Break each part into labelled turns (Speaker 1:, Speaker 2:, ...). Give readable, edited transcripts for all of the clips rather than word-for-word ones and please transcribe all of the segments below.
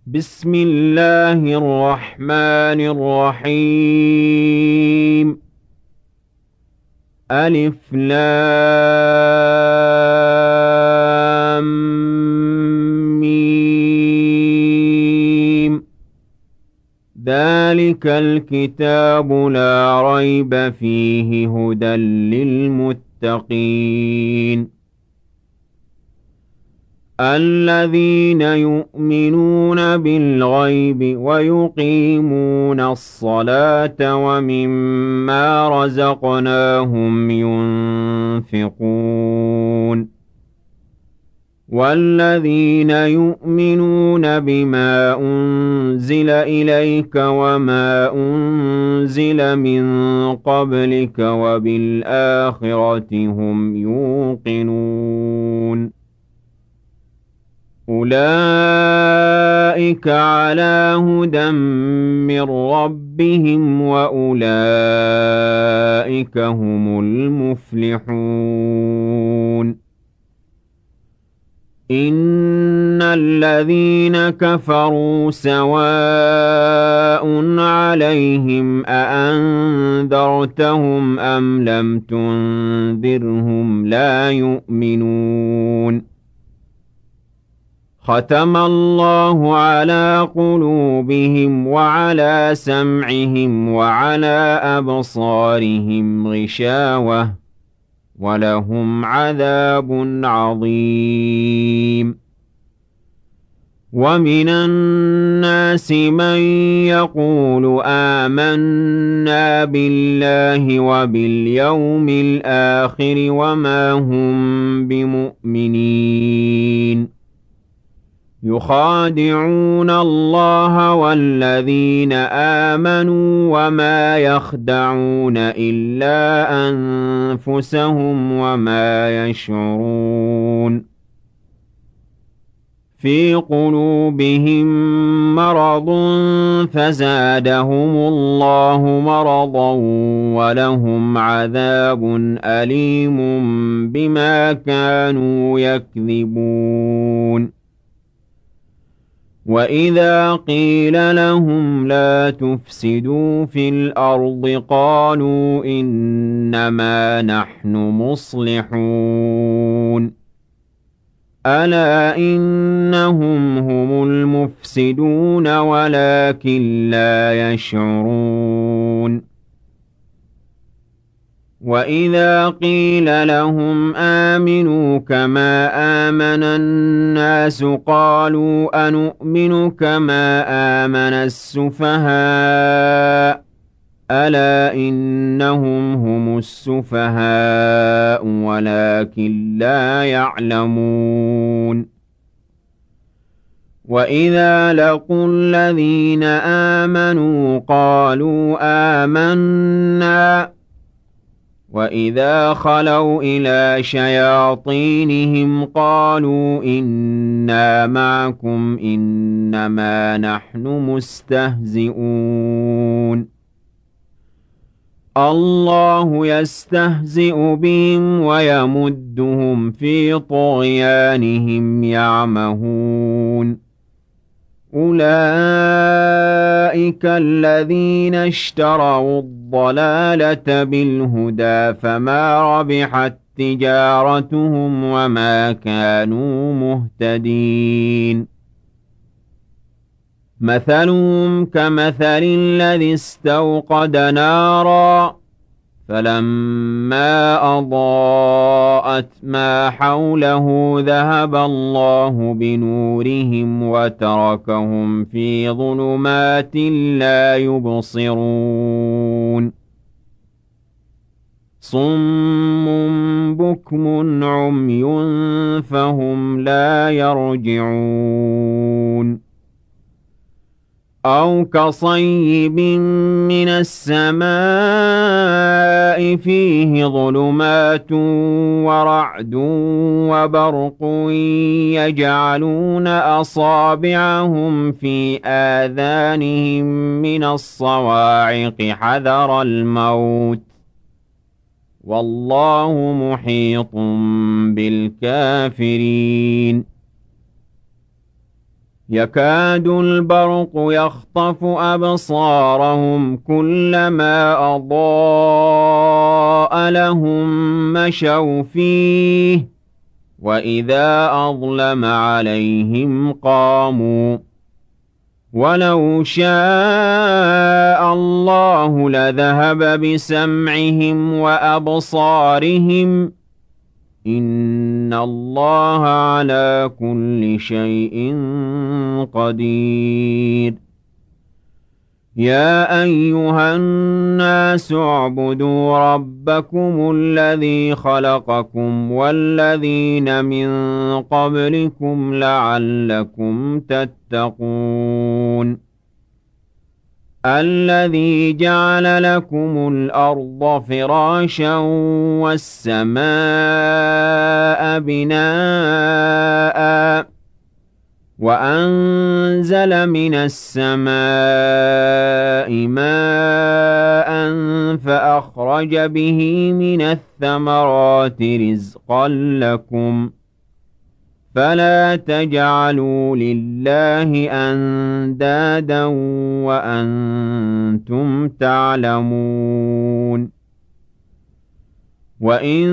Speaker 1: بسم الله الرحمن الرحيم. ألف لام ميم. ذلك الكتاب لا ريب فيه هدى للمتقين الذين يؤمنون بالغيب ويقيمون الصلاة ومما رزقناهم ينفقون والذين يؤمنون بما أنزل إليك وما أنزل من قبلك وبالآخرة هم يوقنون أولئك على هدى من ربهم وأولئك هم المفلحون إن الذين كفروا سواء عليهم أأنذرتهم أم لم تنذرهم لا يؤمنون ختم الله على قلوبهم وعلى سمعهم وعلى أبصارهم غشاوة ولهم عذاب عظيم ومن الناس من يقول آمنا بالله وباليوم الآخر وما هم بمؤمنين يخادعون الله والذين آمنوا وما يخدعون إلا أنفسهم وما يشعرون في قلوبهم مرض فزادهم الله مرضا ولهم عذاب أليم بما كانوا يكذبون وإذا قيل لهم لا تفسدوا في الأرض قالوا إنما نحن مصلحون ألا إنهم هم المفسدون ولكن لا يشعرون وإذا قيل لهم آمنوا كما آمن الناس قالوا أنؤمن كما آمن السفهاء ألا إنهم هم السفهاء ولكن لا يعلمون وإذا لقوا الذين آمنوا قالوا آمنا وإذا خلوا إلى شياطينهم قالوا إنا معكم إنما نحن مستهزئون الله يستهزئ بهم ويمدهم في طغيانهم يعمهون أولئك الذين اشتروا الضلالة بالهدى فما ربحت تجارتهم وما كانوا مهتدين مثلهم كمثل الذي استوقد نارا فلما أضاءت ما حوله ذهب الله بنورهم وتركهم في ظلمات لا يبصرون صم بكم عمي فهم لا يرجعون أو كصيب من السماء فيه ظلمات ورعد وبرق يجعلون أصابعهم في آذانهم من الصواعق حذر الموت والله محيط بالكافرين يكاد البرق يخطف أبصارهم كلما أضاء لهم مشوا فيه وإذا أظلم عليهم قاموا ولو شاء الله لذهب بسمعهم وأبصارهم إن الله على كل شيء قدير يا أيها الناس اعبدوا ربكم الذي خلقكم والذين من قبلكم لعلكم تتقون الذي جعل لكم الأرض فراشا والسماء بناءً وأنزل من السماء ماء فأخرج به من الثمرات رزقا لكم فلا تجعلوا لله أندادا وأنتم تعلمون وإن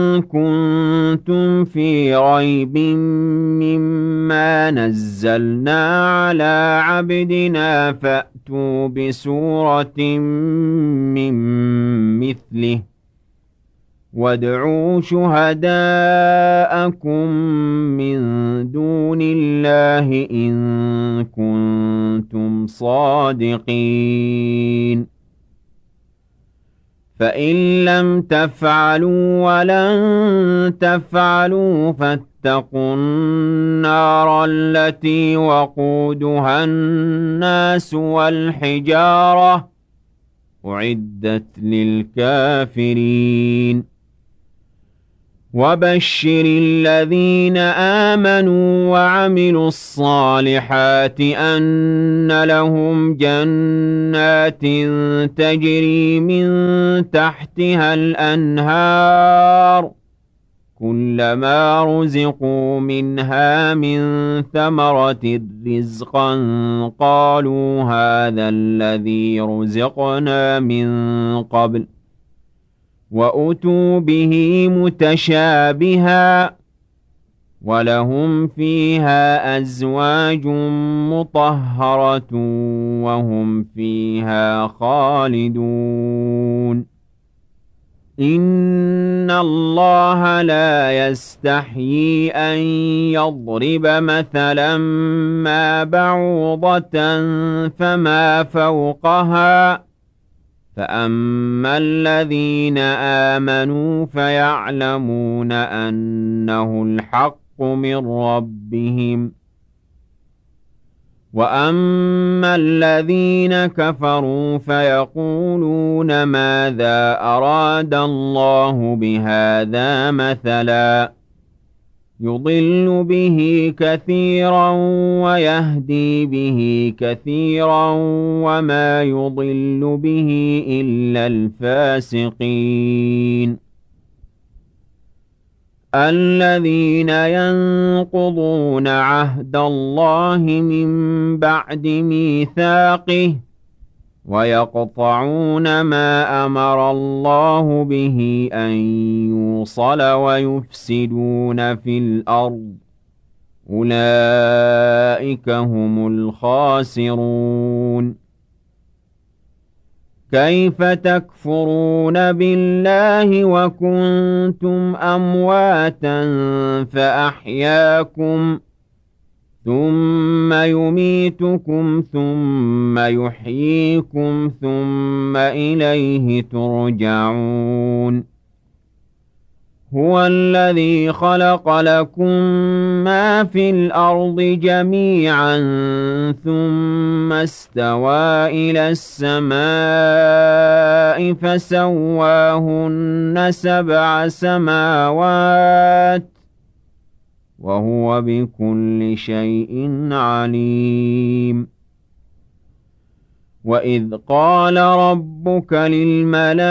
Speaker 1: كنتم في ريب مما نزلنا على عبدنا فأتوا بسورة من مثله وادعوا شهداءكم من دون الله إن كنتم صادقين فإن لم تفعلوا ولن تفعلوا فاتقوا النار التي وقودها الناس والحجارة أعدت للكافرين وبشر الذين آمنوا وعملوا الصالحات أن لهم جنات تجري من تحتها الأنهار كلما رزقوا منها من ثمرة رزقا قالوا هذا الذي رزقنا من قبل وأتوا به متشابها ولهم فيها أزواج مطهرة وهم فيها خالدون إن الله لا يستحيي أن يضرب مثلا ما بعوضة فما فوقها فأما الذين آمنوا فيعلمون أنه الحق من ربهم وأما الذين كفروا فيقولون ماذا أراد الله بهذا مثلا يضل به كثيرا ويهدي به كثيرا وما يضل به إلا الفاسقين الذين ينقضون عهد الله من بعد ميثاقه ويقطعون ما أمر الله به أن يوصل ويفسدون في الأرض أولئك هم الخاسرون كيف تكفرون بالله وكنتم أمواتا فأحياكم ثم يميتكم ثم يحييكم ثم إليه ترجعون هو الذي خلق لكم ما في الأرض جميعا ثم استوى إلى السماء فسواهن 7 سماوات وهو بكل شيء عليم وإذ قال ربك للملائكة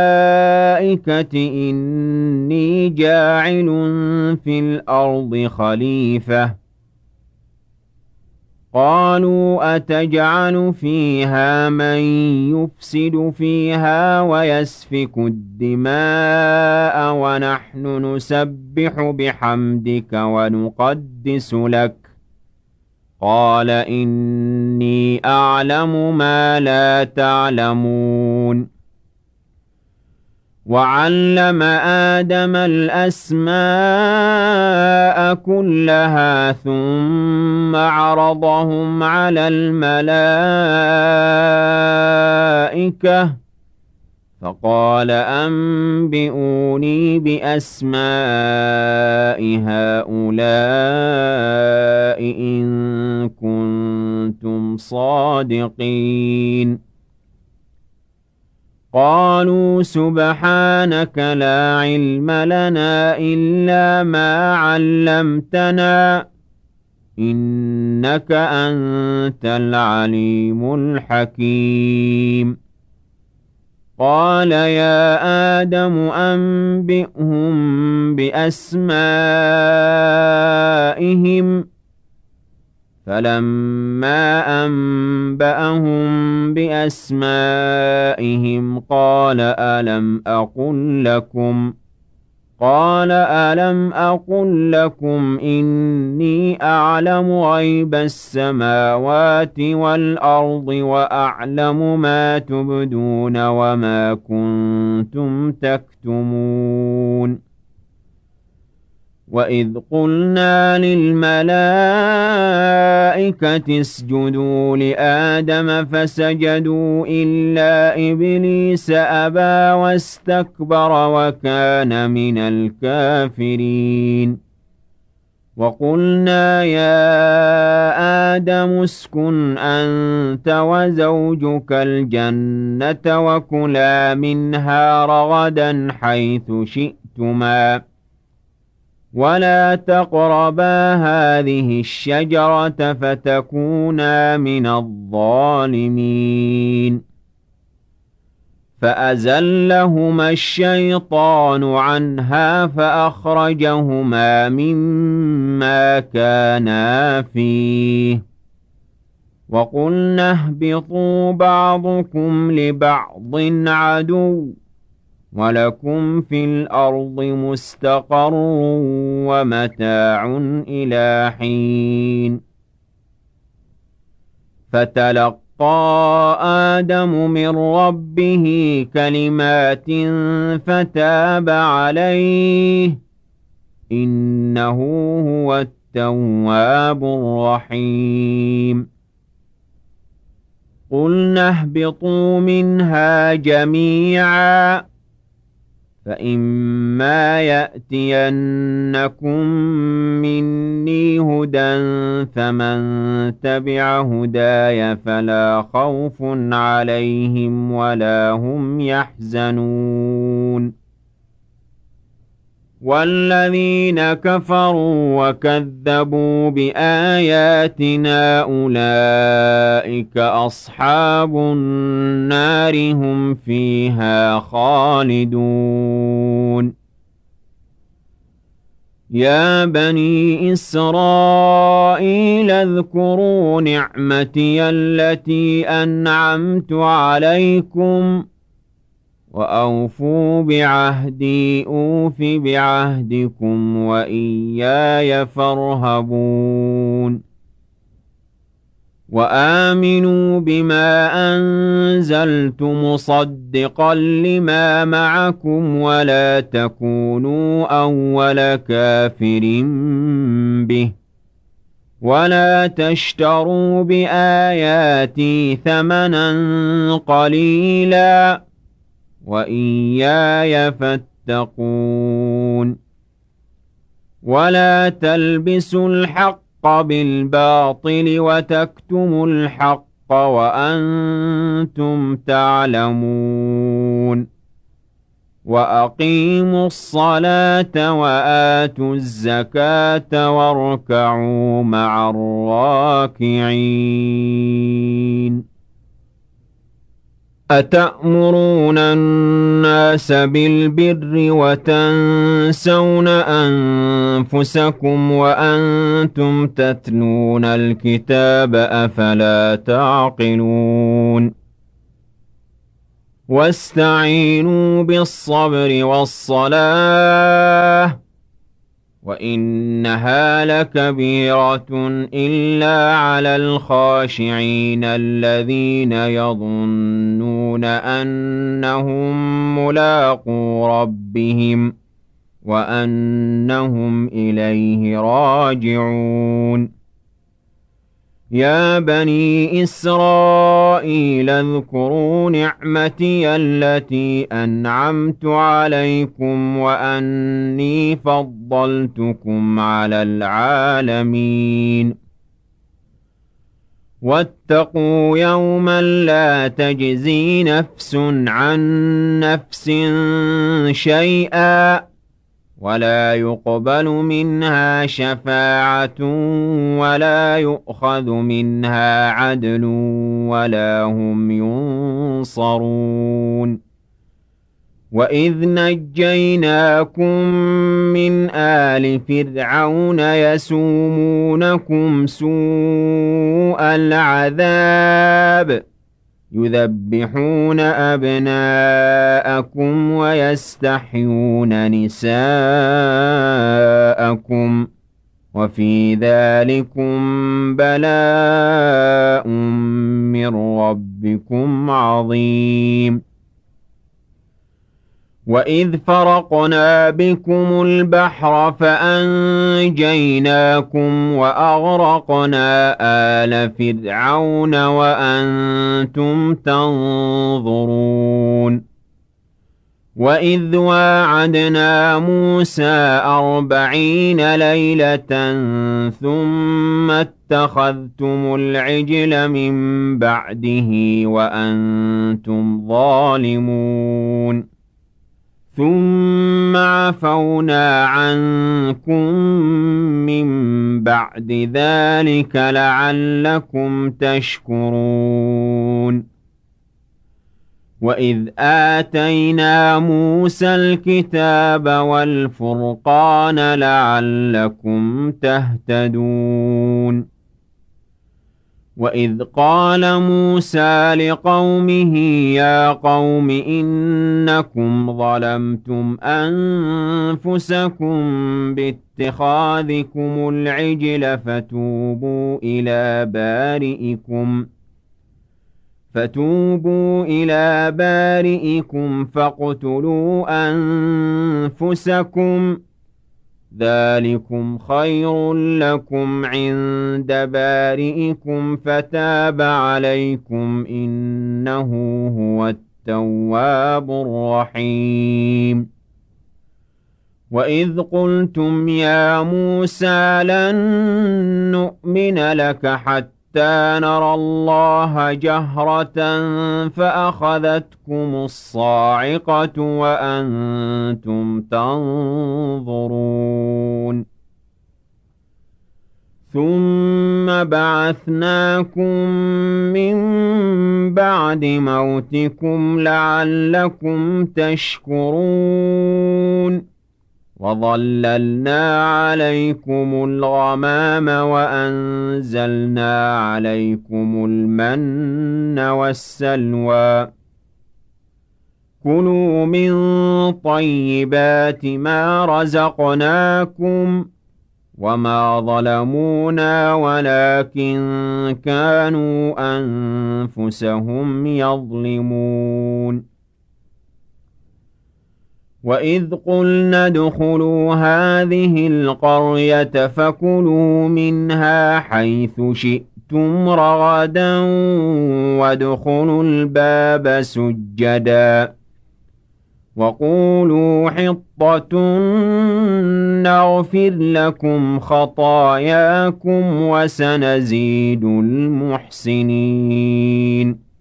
Speaker 1: إني جاعل في الأرض خليفة قالوا أتجعل فيها من يفسد فيها ويسفك الدماء ونحن نسبح بحمدك ونقدس لك قال إني أعلم ما لا تعلمون وعلم آدم الأسماء كلها ثم عرضهم على الملائكة فقال أنبئوني بأسماء هؤلاء إن كنتم صادقين قالوا سبحانك لا علم لنا إلا ما علمتنا إنك أنت العليم الحكيم قال يا آدم أنبئهم بأسمائهم فلما أنبأهم بأسمائهم قال ألم أقل لكم إني أعلم غيب السماوات والأرض وأعلم ما تبدون وما كنتم تكتمون وإذ قلنا للملائكة اسجدوا لآدم فسجدوا إلا إبليس أبى واستكبر وكان من الكافرين وقلنا يا آدم اسكن أنت وزوجك الجنة وكلا منها رغدا حيث شئتما ولا تقربا هذه الشجرة فتكونا من الظالمين فأزلهما الشيطان عنها فأخرجهما مما كانا فيه وقلنا اهبطوا بعضكم لبعض عدو ولكم في الأرض مستقر ومتاع إلى حين فتلقى آدم من ربه كلمات فتاب عليه إنه هو التواب الرحيم قلنا اهبطوا منها جميعا فإما يأتينكم مني هدى فمن تبع هداي فلا خوف عليهم ولا هم يحزنون والذين كفروا وكذبوا بآياتنا أولئك أصحاب النار هم فيها خالدون يا بني إسرائيل اذكروا نعمتي التي أنعمت عليكم وأوفوا بعهدي أوف بعهدكم وإياي فارهبون وآمنوا بما أنزلت مصدقا لما معكم ولا تكونوا أول كافر به ولا تشتروا بآياتي ثمنا قليلا وإياي فاتقون ولا تلبسوا الحق بالباطل وتكتموا الحق وأنتم تعلمون وأقيموا الصلاة وآتوا الزكاة واركعوا مع الراكعين أتأمرون الناس بالبر وتنسون أنفسكم وأنتم تتلون الكتاب أفلا تعقلون واستعينوا بالصبر والصلاة وإنها لكبيرة إلا على الخاشعين الذين يظنون أنهم ملاقو ربهم وأنهم إليه راجعون يا بني إسرائيل اذكروا نعمتي التي أنعمت عليكم وأني فضلتكم على العالمين واتقوا يوما لا تجزي نفس عن نفس شيئا ولا يقبل منها شفاعة ولا يؤخذ منها عدل ولا هم ينصرون وإذ نجيناكم من آل فرعون يسومونكم سوء العذاب يذبحون أبناءكم ويستحيون نساءكم وفي ذلكم بلاء من ربكم عظيم وإذ فرقنا بكم البحر فأنجيناكم وأغرقنا آل فرعون وأنتم تنظرون وإذ واعدنا موسى 40 ليلة ثم اتخذتم العجل من بعده وأنتم ظالمون ثم عفونا عنكم من بعد ذلك لعلكم تشكرون وإذ آتينا موسى الكتاب والفرقان لعلكم تهتدون وإذ قال موسى لقومه يا قوم إنكم ظلمتم أنفسكم باتخاذكم العجل فتوبوا إلى بارئكم فاقتلوا أنفسكم ذلكم خير لكم عند بارئكم فتاب عليكم إنه هو التواب الرحيم وإذ قلتم يا موسى لن نؤمن لك حتى نرى الله جهرة فأخذتكم الصاعقة وأنتم تنظرون ثم بعثناكم من بعد موتكم لعلكم تشكرون وظللنا عليكم الغمام وأنزلنا عليكم المن والسلوى كلوا من طيبات ما رزقناكم وما ظلمونا ولكن كانوا أنفسهم يظلمون وإذ قلنا ادخلوا هذه القرية فكلوا منها حيث شئتم رغدا وادخلوا الباب سجدا وقولوا حطة نغفر لكم خطاياكم وسنزيد المحسنين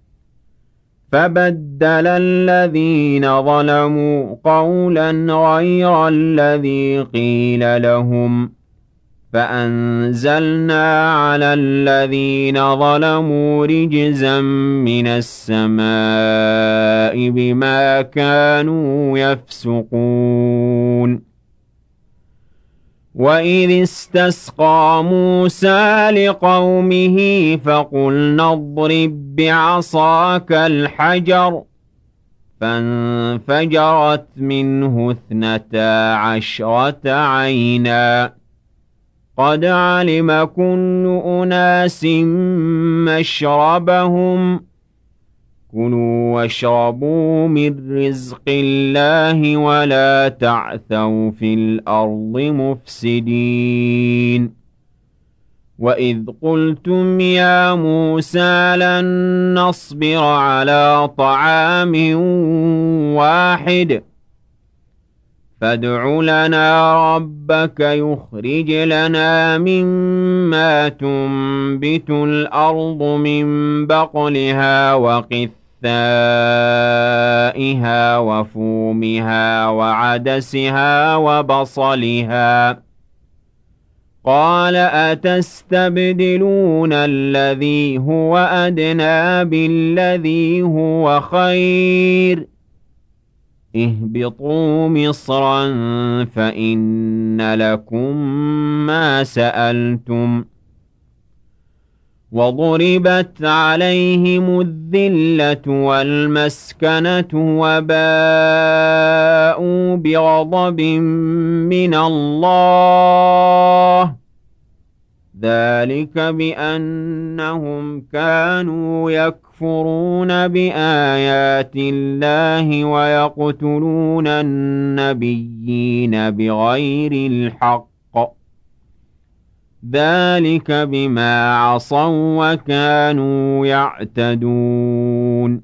Speaker 1: فبدل الذين ظلموا قولا غير الذي قيل لهم فأنزلنا على الذين ظلموا رجزا من السماء بما كانوا يفسقون وإذ استسقى موسى لقومه فقلنا اضرب بعصاك الحجر فانفجرت منه 12 عينا قد علم كل أناس مشربهم كلوا واشربوا من رزق الله ولا تعثوا في الأرض مفسدين وإذ قلتم يا موسى لن نصبر على طعام واحد فادع لنا ربك يخرج لنا مما تنبت الأرض من بقلها وقثائها وفومها وعدسها وبصلها قال أتستبدلون الذي هو أدنى بالذي هو خير اهبطوا مصرا فإن لكم ما سألتم وضربت عليهم الذلة والمسكنة وباءوا بغضب من الله ذلك بأنهم كانوا يكفرون بآيات الله ويقتلون النبيين بغير الحق ذلك بما عصوا وكانوا يعتدون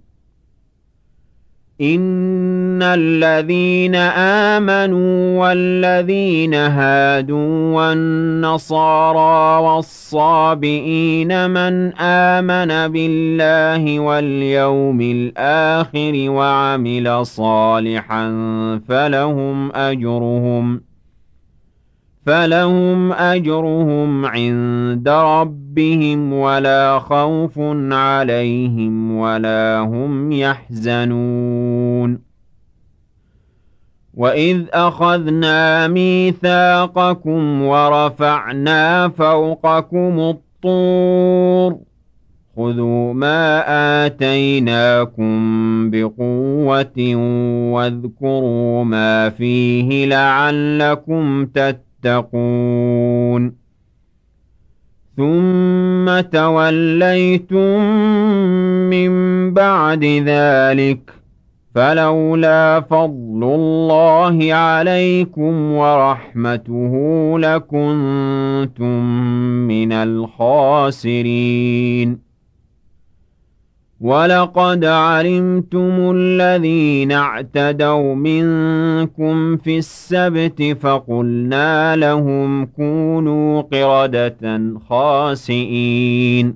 Speaker 1: إن الذين آمنوا والذين هادوا والنصارى والصابئين من آمن بالله واليوم الآخر وعمل صالحا فلهم أجرهم عند ربهم ولا خوف عليهم ولا هم يحزنون وإذ أخذنا ميثاقكم ورفعنا فوقكم الطور خذوا ما آتيناكم بقوة واذكروا ما فيه لعلكم تتقون ثم توليتم من بعد ذلك فلولا فضل الله عليكم ورحمته لكنتم من الخاسرين ولقد علمتم الذين اعتدوا منكم في السبت فقلنا لهم كونوا قردة خاسئين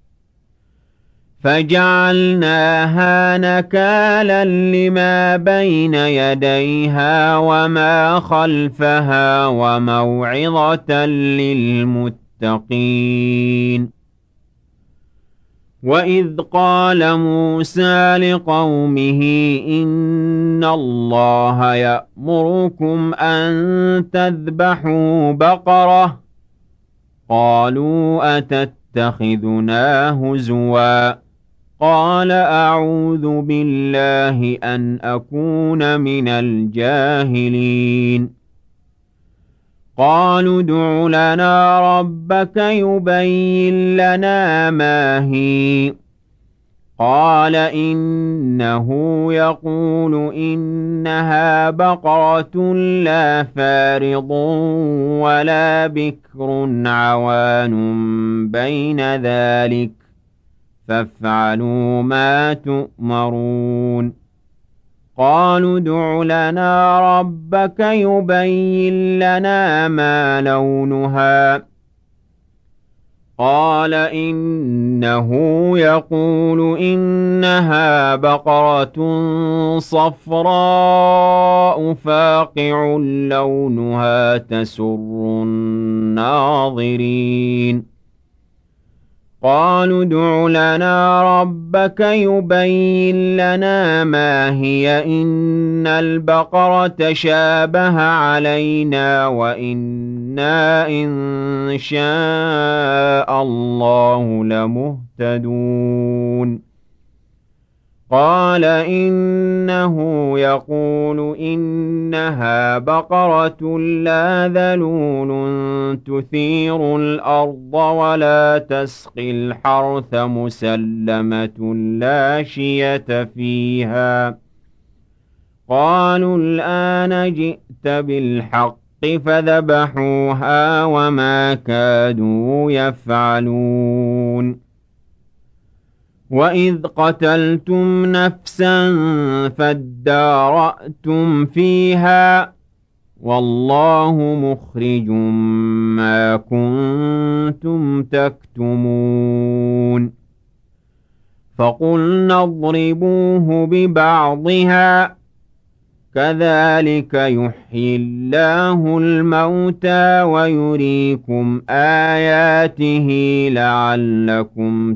Speaker 1: فجعلناها نكالا لما بين يديها وما خلفها وموعظة للمتقين وإذ قال موسى لقومه إن الله يأمركم أن تذبحوا بقرة قالوا أتتخذنا هزوا قال أعوذ بالله أن أكون من الجاهلين قالوا ادع لنا ربك يبين لنا ما هي قال إنه يقول إنها بقرة لا فارض ولا بكر عوان بين ذلك فافعلوا ما تؤمرون قالوا ادع لنا ربك يبين لنا ما لونها قال إنه يقول إنها بقرة صفراء فاقع لونها تسر الناظرين قالوا ادع لنا ربك يبين لنا ما هي إن البقرة شابه علينا وإنا إن شاء الله لمهتدون قال إنه يقول إنها بقرة لا ذلول تثير الأرض ولا تسقي الحرث مسلمة لا شية فيها قالوا الآن جئت بالحق فذبحوها وما كادوا يفعلون وَإِذْ قَتَلْتُمْ نَفْسًا فَادَّارَأْتُمْ فِيهَا وَاللَّهُ مُخْرِجٌ مَا كُنتُمْ تَكْتُمُونَ فَقُلْنَا اضْرِبُوهُ بِبَعْضِهَا كذلك يحيي الله الموتى ويريكم آياته لعلكم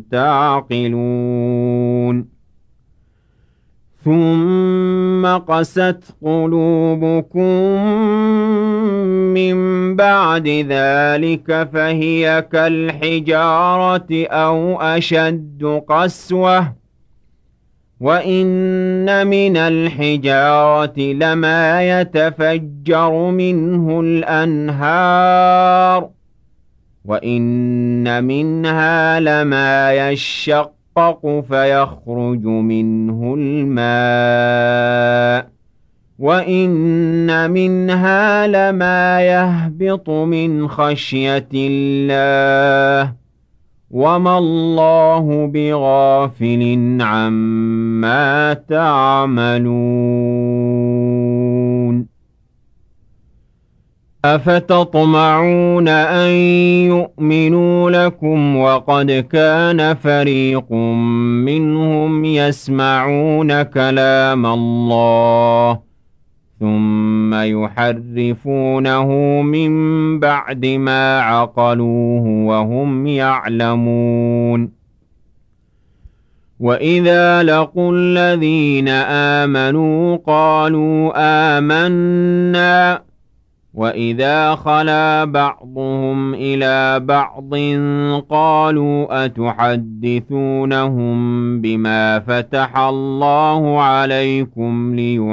Speaker 1: تعقلون ثم قست قلوبكم من بعد ذلك فهي كالحجارة أو أشد قسوة وَإِنَّ مِنَ الْحِجَارَةِ لَمَا يَتَفَجَّرُ مِنْهُ الْأَنْهَارُ وَإِنَّ مِنْهَا لَمَا يَشَّقَّقُ فَيَخْرُجُ مِنْهُ الْمَاءُ وَإِنَّ مِنْهَا لَمَا يَهْبِطُ مِنْ خَشْيَةِ اللَّهِ وَمَا اللَّهُ بِغَافِلٍ عَمَّا تَعْمَلُونَ أَفَتَطْمَعُونَ أَن يُؤْمِنُوا لَكُمْ وَقَدْ كَانَ فَرِيقٌ مِّنْهُمْ يَسْمَعُونَ كَلَامَ اللَّهِ ثُمَّ يُحَرِّفُونَهُ مِن بَعْدِ مَا عَقَلُوهُ وَهُمْ يَعْلَمُونَ وَإِذَا لَقُوا الَّذِينَ آمَنُوا قَالُوا آمَنَّا وَإِذَا خَلَا بَعْضُهُمْ إِلَى بَعْضٍ قَالُوا أَتُحَدِّثُونَهُم بِمَا فَتَحَ اللَّهُ عَلَيْكُمْ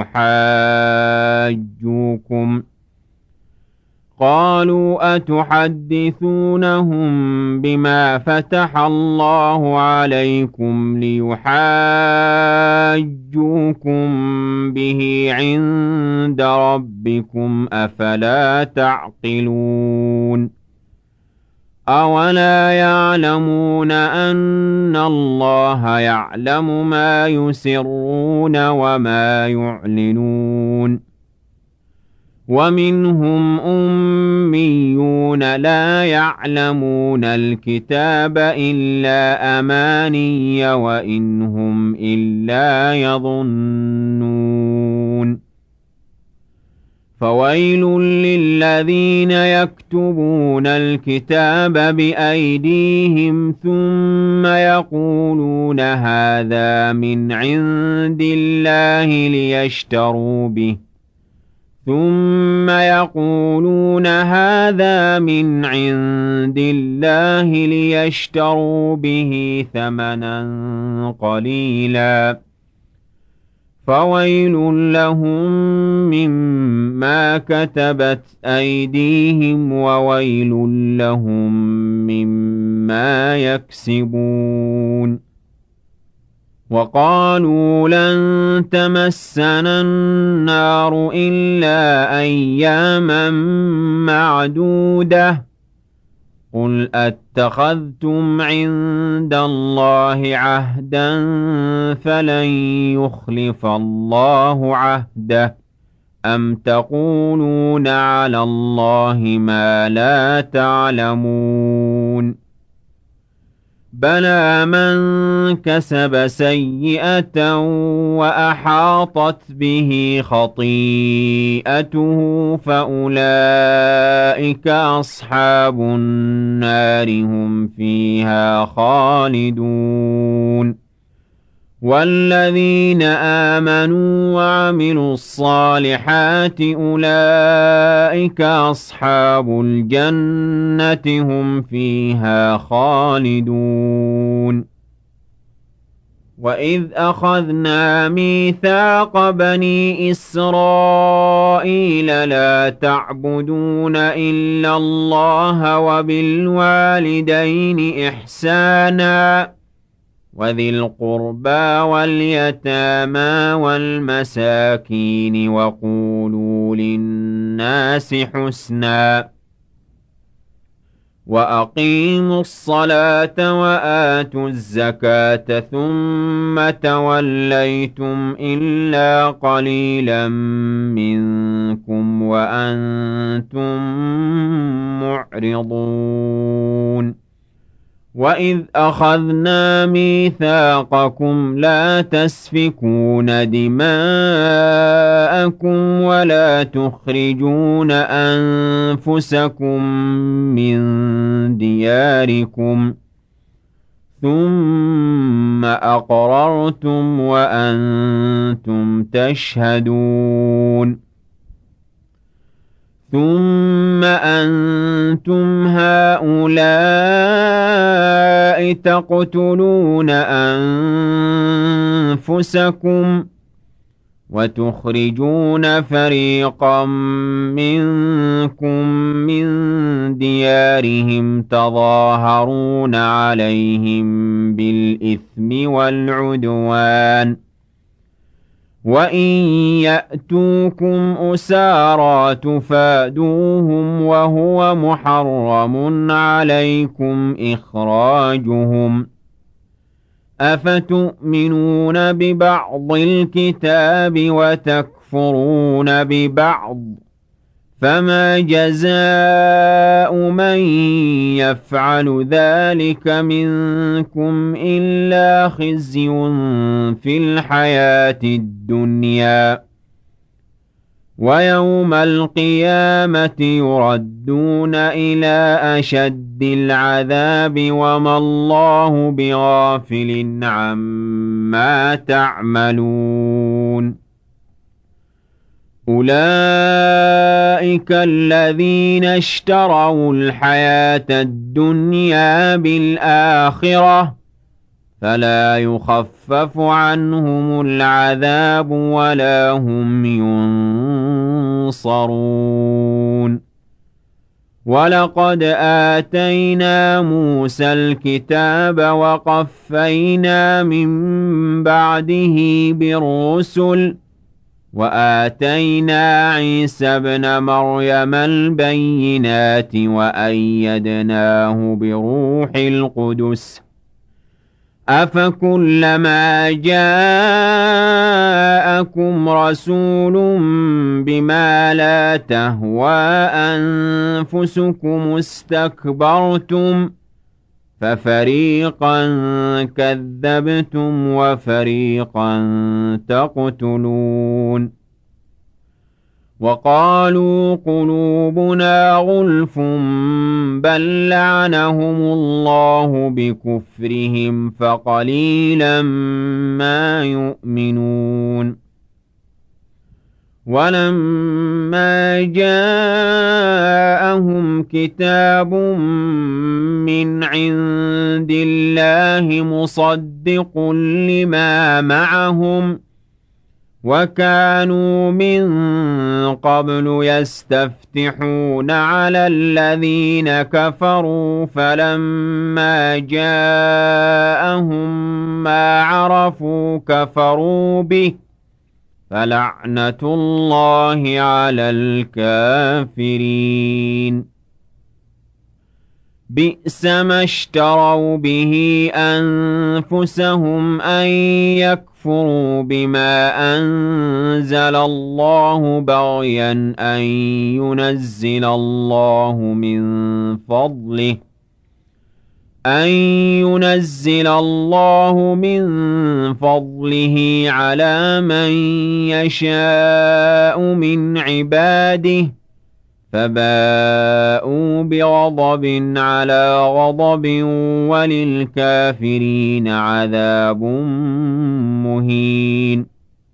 Speaker 1: لِيُحَاجُّوكُم بِهِ عِندَ رَبِّكُمْ أَفَلَا تَعْقِلُونَ أَوَلَا يَعْلَمُونَ أَنَّ اللَّهَ يَعْلَمُ مَا يُسِرُّونَ وَمَا يُعْلِنُونَ وَمِنْهُمْ أُمِّيُّونَ لَا يَعْلَمُونَ الْكِتَابَ إِلَّا أَمَانِيَّ وَإِنْ هُمْ إِلَّا يَظُنُّونَ فَوَيْلٌ لِّلَّذِينَ يَكْتُبُونَ الْكِتَابَ بِأَيْدِيهِمْ ثُمَّ يَقُولُونَ هَٰذَا مِنْ عِندِ اللَّهِ لِيَشْتَرُوا بِهِ ثَمَنًا قَلِيلًا فَوَيْلٌ لَّهُم مِّمَّا كَتَبَتْ أَيْدِيهِمْ وَوَيْلٌ لَّهُم مِّمَّا يَكْسِبُونَ وَقَالُوا لَن تَمَسَّنَا النَّارُ إِلَّا أَيَّامًا مَّعْدُودَةً قُلْ أَتَّخَذْتُمْ عِندَ اللَّهِ عَهْدًا فَلَن يُخْلِفَ اللَّهُ عَهْدَهُ أَمْ تَقُولُونَ عَلَى اللَّهِ مَا لَا تَعْلَمُونَ بلى من كسب سيئة وأحاطت به خطيئته فأولئك أصحاب النار هم فيها خالدون والذين آمنوا وعملوا الصالحات أولئك أصحاب الجنة هم فيها خالدون وإذ أخذنا ميثاق بني إسرائيل لا تعبدون إلا الله وبالوالدين إحساناً وذي القربى واليتامى والمساكين وقولوا للناس حسنا وأقيموا الصلاة وآتوا الزكاة ثم توليتم إلا قليلا منكم وأنتم معرضون وَإِذْ أَخَذْنَا مِيثَاقَكُمْ لَا تَسْفِكُونَ دِمَاءَكُمْ وَلَا تُخْرِجُونَ أَنفُسَكُم مِّن دِيَارِكُمْ ثُمَّ أَقْرَرْتُمْ وَأَنتُمْ تَشْهَدُونَ ثُمَّ أَنتُمْ هَٰؤُلَاءِ تَقْتُلُونَ أَنفُسَكُمْ وَتُخْرِجُونَ فَرِيقًا مِّنكُم مِّن دِيَارِهِمْ تَظَاهَرُونَ عَلَيْهِم بِالْإِثْمِ وَالْعُدْوَانِ وَإِن يَأْتُوكُمْ أُسَارَىٰ تُفَادُوهُمْ وَهُوَ مُحَرَّمٌ عَلَيْكُمْ إِخْرَاجُهُمْ ۚ أَفَتُؤْمِنُونَ بِبَعْضِ الْكِتَابِ وَتَكْفُرُونَ بِبَعْضٍ ۚ فَمَا جَزَاءُ مَن يَفْعَلُ ذَٰلِكَ مِنكُمْ إِلَّا خِزْيٌ فِي الْحَيَاةِ الدُّنْيَا ۖ وَيَوْمَ الْقِيَامَةِ يُرَدُّونَ إِلَىٰ أَشَدِّ الْعَذَابِ وَمَا اللَّهُ بِغَافِلٍ عَمَّا تَعْمَلُونَ أُولَٰئِكَ الَّذِينَ اشْتَرَوُا الْحَيَاةَ الدُّنْيَا بِالْآخِرَةِ ۖ فَلَا يُخَفَّفُ عَنْهُمُ الْعَذَابُ وَلَا هُمْ يُنصَرُونَ وَلَقَدْ آتَيْنَا مُوسَى الْكِتَابَ وَقَفَّيْنَا مِن بَعْدِهِ بِالرُّسُلِ وَآتَيْنَا عِيسَى ابْنَ مَرْيَمَ الْبَيِّنَاتِ وَأَيَّدْنَاهُ بِرُوحِ الْقُدُسِ ۗ أَفَكُلَّمَا جَاءَكُمْ رَسُولٌ بِمَا لَا تَهْوَىٰ أَنفُسُكُمُ اسْتَكْبَرْتُمْ فَفَرِيقًا كَذَّبْتُمْ وَفَرِيقًا تَقْتُلُونَ وَقَالُوا قُلُوبُنَا غُلْفٌ بَل لَّعَنَهُمُ اللَّهُ بِكُفْرِهِمْ فَقَلِيلًا مَّا يُؤْمِنُونَ وَلَمَّا جَاءَهُمْ كِتَابٌ مِّنْ عِندِ اللَّهِ مُصَدِّقٌ لِّمَا مَعَهُمْ وَكَانُوا مِن قَبْلُ يَسْتَفْتِحُونَ عَلَى الَّذِينَ كَفَرُوا فَلَمَّا جَاءَهُم مَّا عَرَفُوا كَفَرُوا بِهِ فَلَعْنَةُ اللَّهِ عَلَى الْكَافِرِينَ بِئْسَ مَا اشْتَرَوْا بِهِ أَنفُسَهُمْ أَن يَكْفُرُوا بِمَا أَنزَلَ اللَّهُ بَغْيًا أَن يُنَزِّلَ اللَّهُ مِن فَضْلِهِ ۗ أن ينزل الله من فضله على من يشاء من عباده فباءوا بغضب على غضب وللكافرين عذاب مهين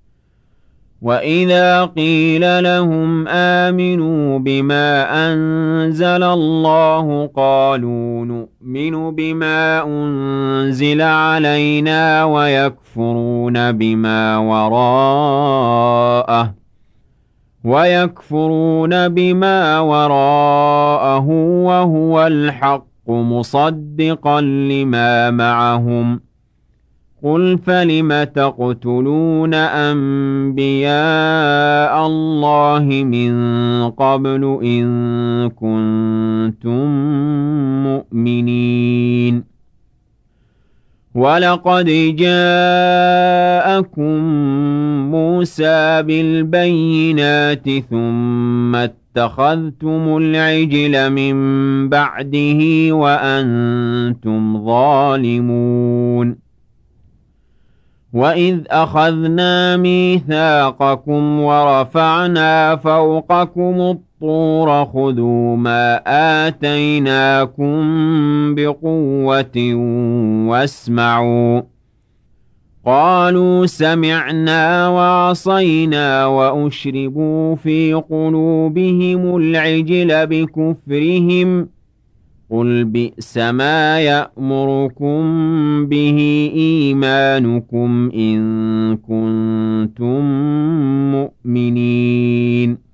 Speaker 1: وإذا قيل لهم آمنوا بما أنزل الله قالوا نؤمن بما أنزل علينا ويكفرون بما وراءه وهو الحق مصدقا لما معهم قل فلم تقتلون أنبياء الله من قبل إن كنتم مؤمنين ولقد جاءكم موسى بالبينات ثم اتخذتم العجل من بعده وأنتم ظالمون وإذ أخذنا ميثاقكم ورفعنا فوقكم الطور خذوا ما آتيناكم بقوة واسمعوا قالوا سمعنا وعصينا وأشربوا في قلوبهم العجل بكفرهم قل بئس ما يأمركم به إيمانكم إن كنتم مؤمنين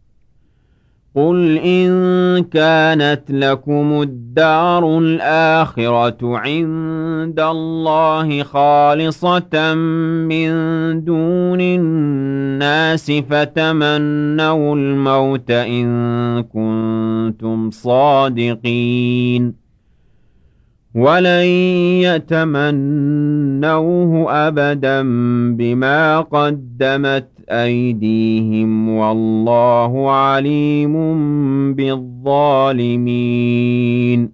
Speaker 1: قل إن كانت لكم الدار الآخرة عند الله خالصة من دون الناس فتمنوا الموت إن كنتم صادقين ولن يتمنوه أبدا بما قدمت أيديهم والله عليم بالظالمين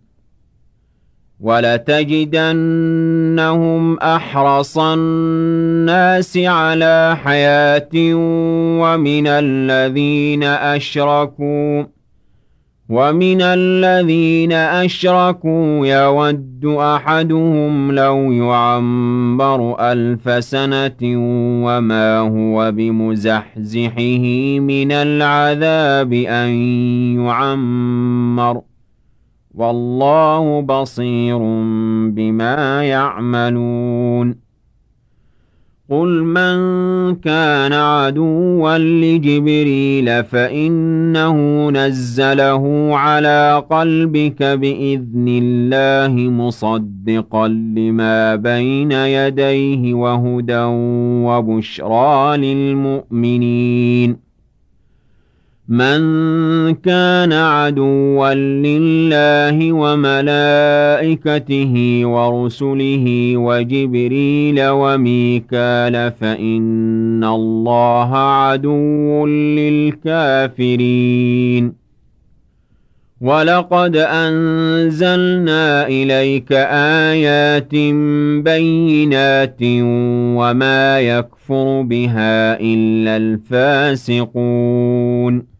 Speaker 1: ولتجدنهم أحرص الناس على حياة ومن الذين أشركوا يود أحدهم لو يعمر 1000 سنة وما هو بمزحزحه من العذاب أن يعمر والله بصير بما يعملون قل من كان عدوا لجبريل فإنه نزله على قلبك بإذن الله مصدقا لما بين يديه وهدى وبشرى للمؤمنين من كان عدوا لله وملائكته ورسله وجبريل وميكال فإن الله عدو للكافرين ولقد أنزلنا إليك آيات بينات وما يكفر بها إلا الفاسقون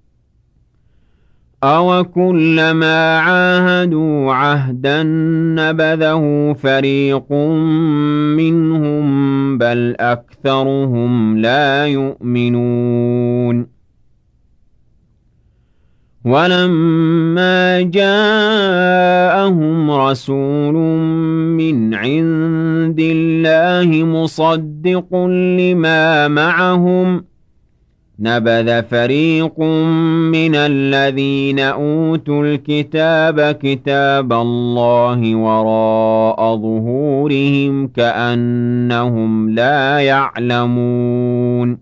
Speaker 1: أَوَكُلَّمَا عَاهَدُوا عَهْدًا نَبَذَهُ فَرِيقٌ مِّنْهُم بَلْ أَكْثَرُهُمْ لَا يُؤْمِنُونَ وَلَمَّا جَاءَهُمْ رَسُولٌ مِّنْ عِندِ اللَّهِ مُصَدِّقٌ لِّمَا مَعَهُمْ نبذ فريق من الذين أوتوا الكتاب كتاب الله وراء ظهورهم كأنهم لا يعلمون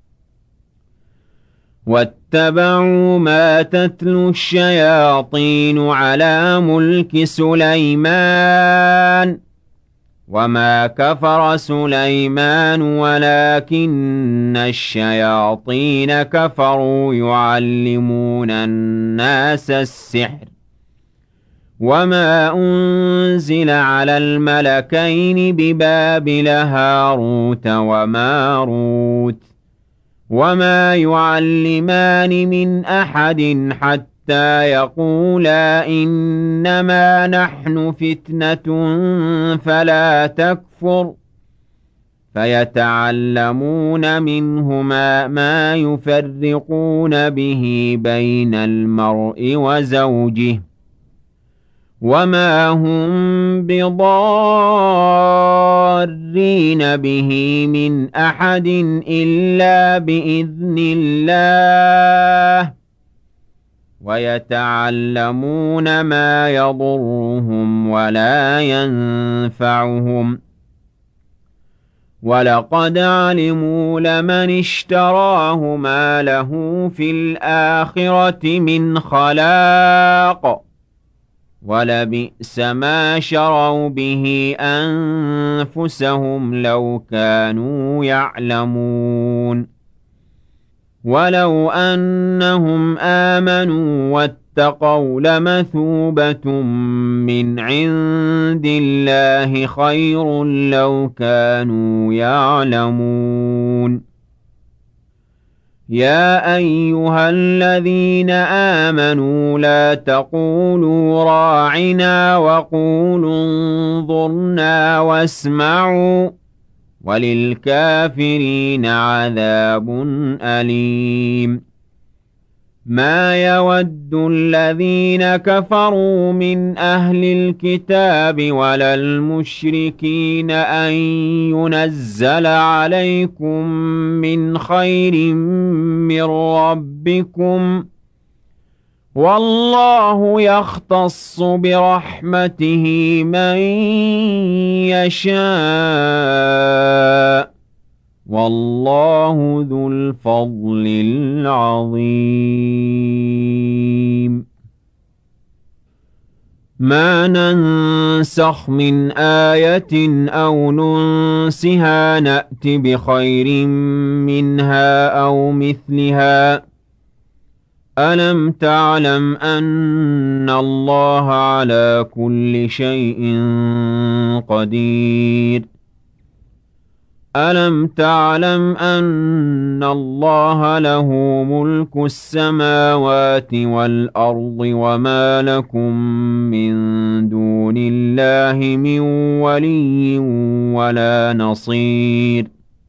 Speaker 1: واتبعوا ما تتلو الشياطين على ملك سليمان وما كفر سليمان ولكن الشياطين كفروا يعلمون الناس السحر وما أنزل على الملكين ببابل هاروت وماروت وما يعلمان من أحد حتى يقولا إنما نحن فتنة فلا تكفر فيتعلمون منهما ما يفرقون به بين المرء وزوجه وما هم بضارين به من أحد إلا بإذن الله ويتعلمون ما يضرهم ولا ينفعهم ولقد علموا لمن اشتراه ما له في الآخرة من خلاق ولبئس ما شروا به أنفسهم لو كانوا يعلمون ولو أنهم آمنوا واتقوا لمثوبة من عند الله خير لو كانوا يعلمون يا أيها الذين آمنوا لا تقولوا راعنا وقولوا انظرنا واسمعوا وللكافرين عذاب أليم ما يود الذين كفروا من أهل الكتاب ولا المشركين أن ينزل عليكم من خير من ربكم والله يختص برحمته من يشاء والله ذو الفضل العظيم ما ننسخ من آية أو ننسها نأت بخير منها أو مثلها ألم تعلم أن الله على كل شيء قدير ألم تعلم أن الله له ملك السماوات والأرض وما لكم من دون الله من ولي ولا نصير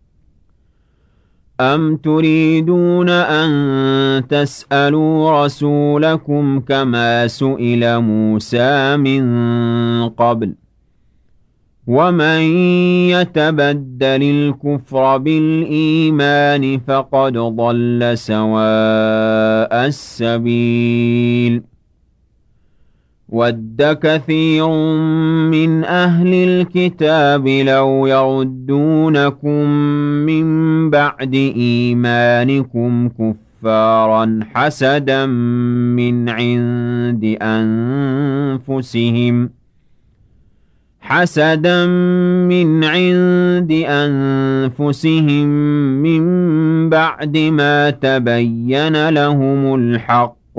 Speaker 1: أم تريدون أن تسألوا رسولكم كما سئل موسى من قبل ومن يتبدل الكفر بالإيمان فقد ضل سواء السبيل ود كثير من أهل الكتاب لو يردونكم من بعد إيمانكم كفارا حسدا من عند أنفسهم من بعد ما تبين لهم الحق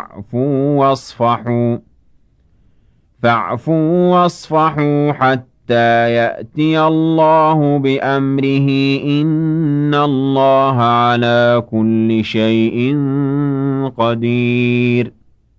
Speaker 1: فاعفوا واصفحوا حتى يأتي الله بأمره إن الله على كل شيء قدير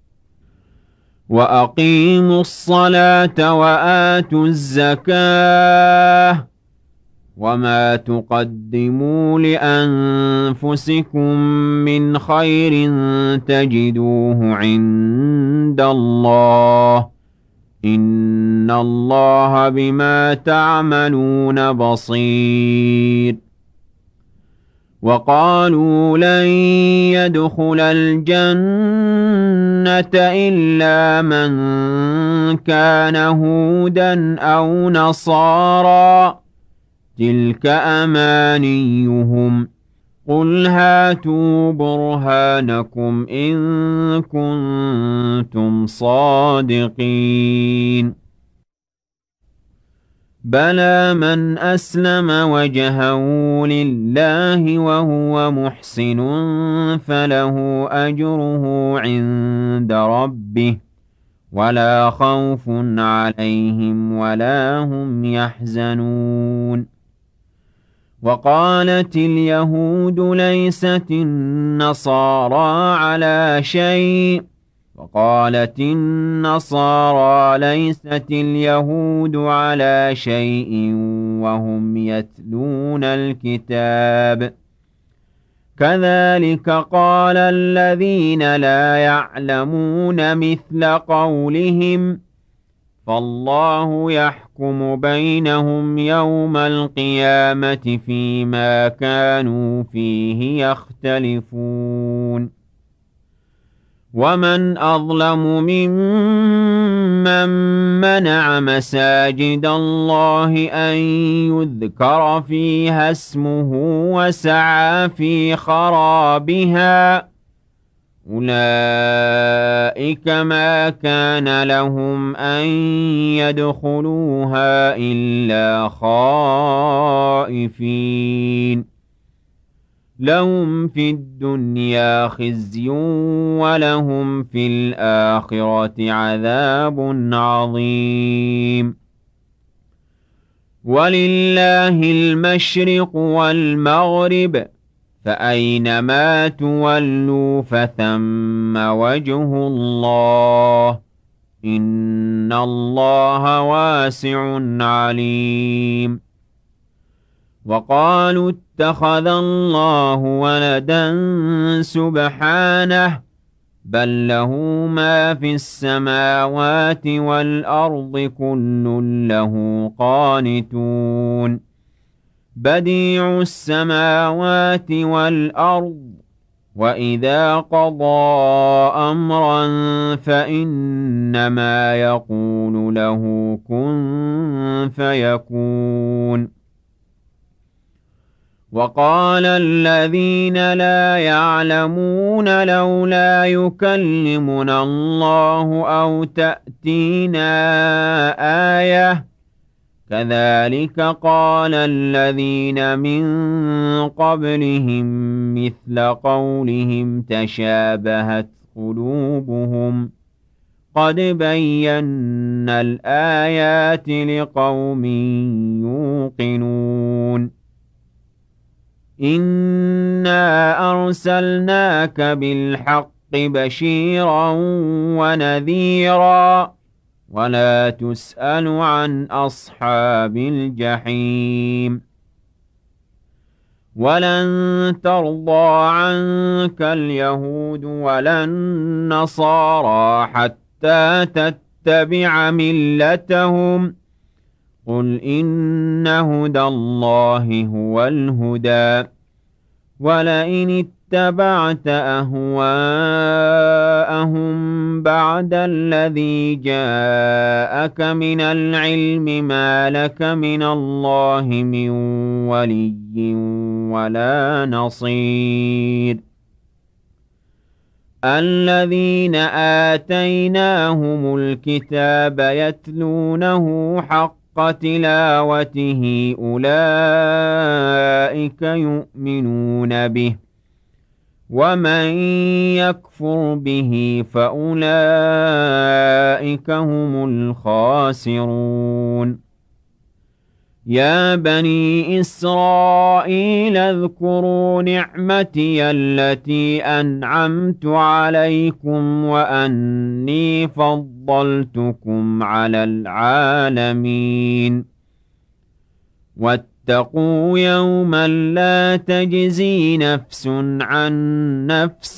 Speaker 1: وأقيموا الصلاة وآتوا الزكاة وما تقدموا لأنفسكم من خير تجدوه عند الله إن الله بما تعملون بصير وقالوا لن يدخل الجنة إلا من كان هودا أو نصارى تلك أمانيهم قل هاتوا برهانكم إن كنتم صادقين بلى من أسلم وجهه لله وهو محسن فله أجره عند ربه ولا خوف عليهم ولا هم يحزنون. وقالت اليهود ليست النصارى على شيء وقالت النصارى ليست اليهود على شيء وهم يتلون الكتاب كذلك قال الذين لا يعلمون مثل قولهم فالله يحكم بينهم يوم القيامة فيما كانوا فيه يختلفون. ومن أظلم ممن منع مساجد الله أن يذكر فيها اسمه وسعى في خرابها أولئك ما كان لهم أن يدخلوها إلا خائفين لهم في الدنيا خزي ولهم في الآخرة عذاب عظيم. ولله المشرق والمغرب فأينما تولوا فثم وجه الله إن الله واسع عليم. وقالوا اتخذ الله ولدا سبحانه بل له ما في السماوات والأرض كل له قانتون بديع السماوات والأرض وإذا قضى أمرا فإنما يقول له كن فيكون. وقال الذين لا يعلمون لولا يكلمنا الله أو تأتينا آية كذلك قال الذين من قبلهم مثل قولهم تشابهت قلوبهم قد بينا الآيات لقوم يوقنون. إنا أرسلناك بالحق بشيرا ونذيرا ولا تسأل عن أصحاب الجحيم. ولن ترضى عنك اليهود ولا النصارى حتى تتبع ملتهم قل إن هدى الله هو الهدى ولئن اتبعت أهواءهم بعد الذي جاءك من العلم ما لك من الله من ولي ولا نصير. الذين آتيناهم الكتاب يتلونه حق تلاوته أولئك يؤمنون به ومن يكفر به فأولئك هم الخاسرون. يا بني إسرائيل اذكروا نعمتي التي أنعمت عليكم وأني فضلتكم على العالمين. واتقوا يوما لا تجزي نفس عن نفس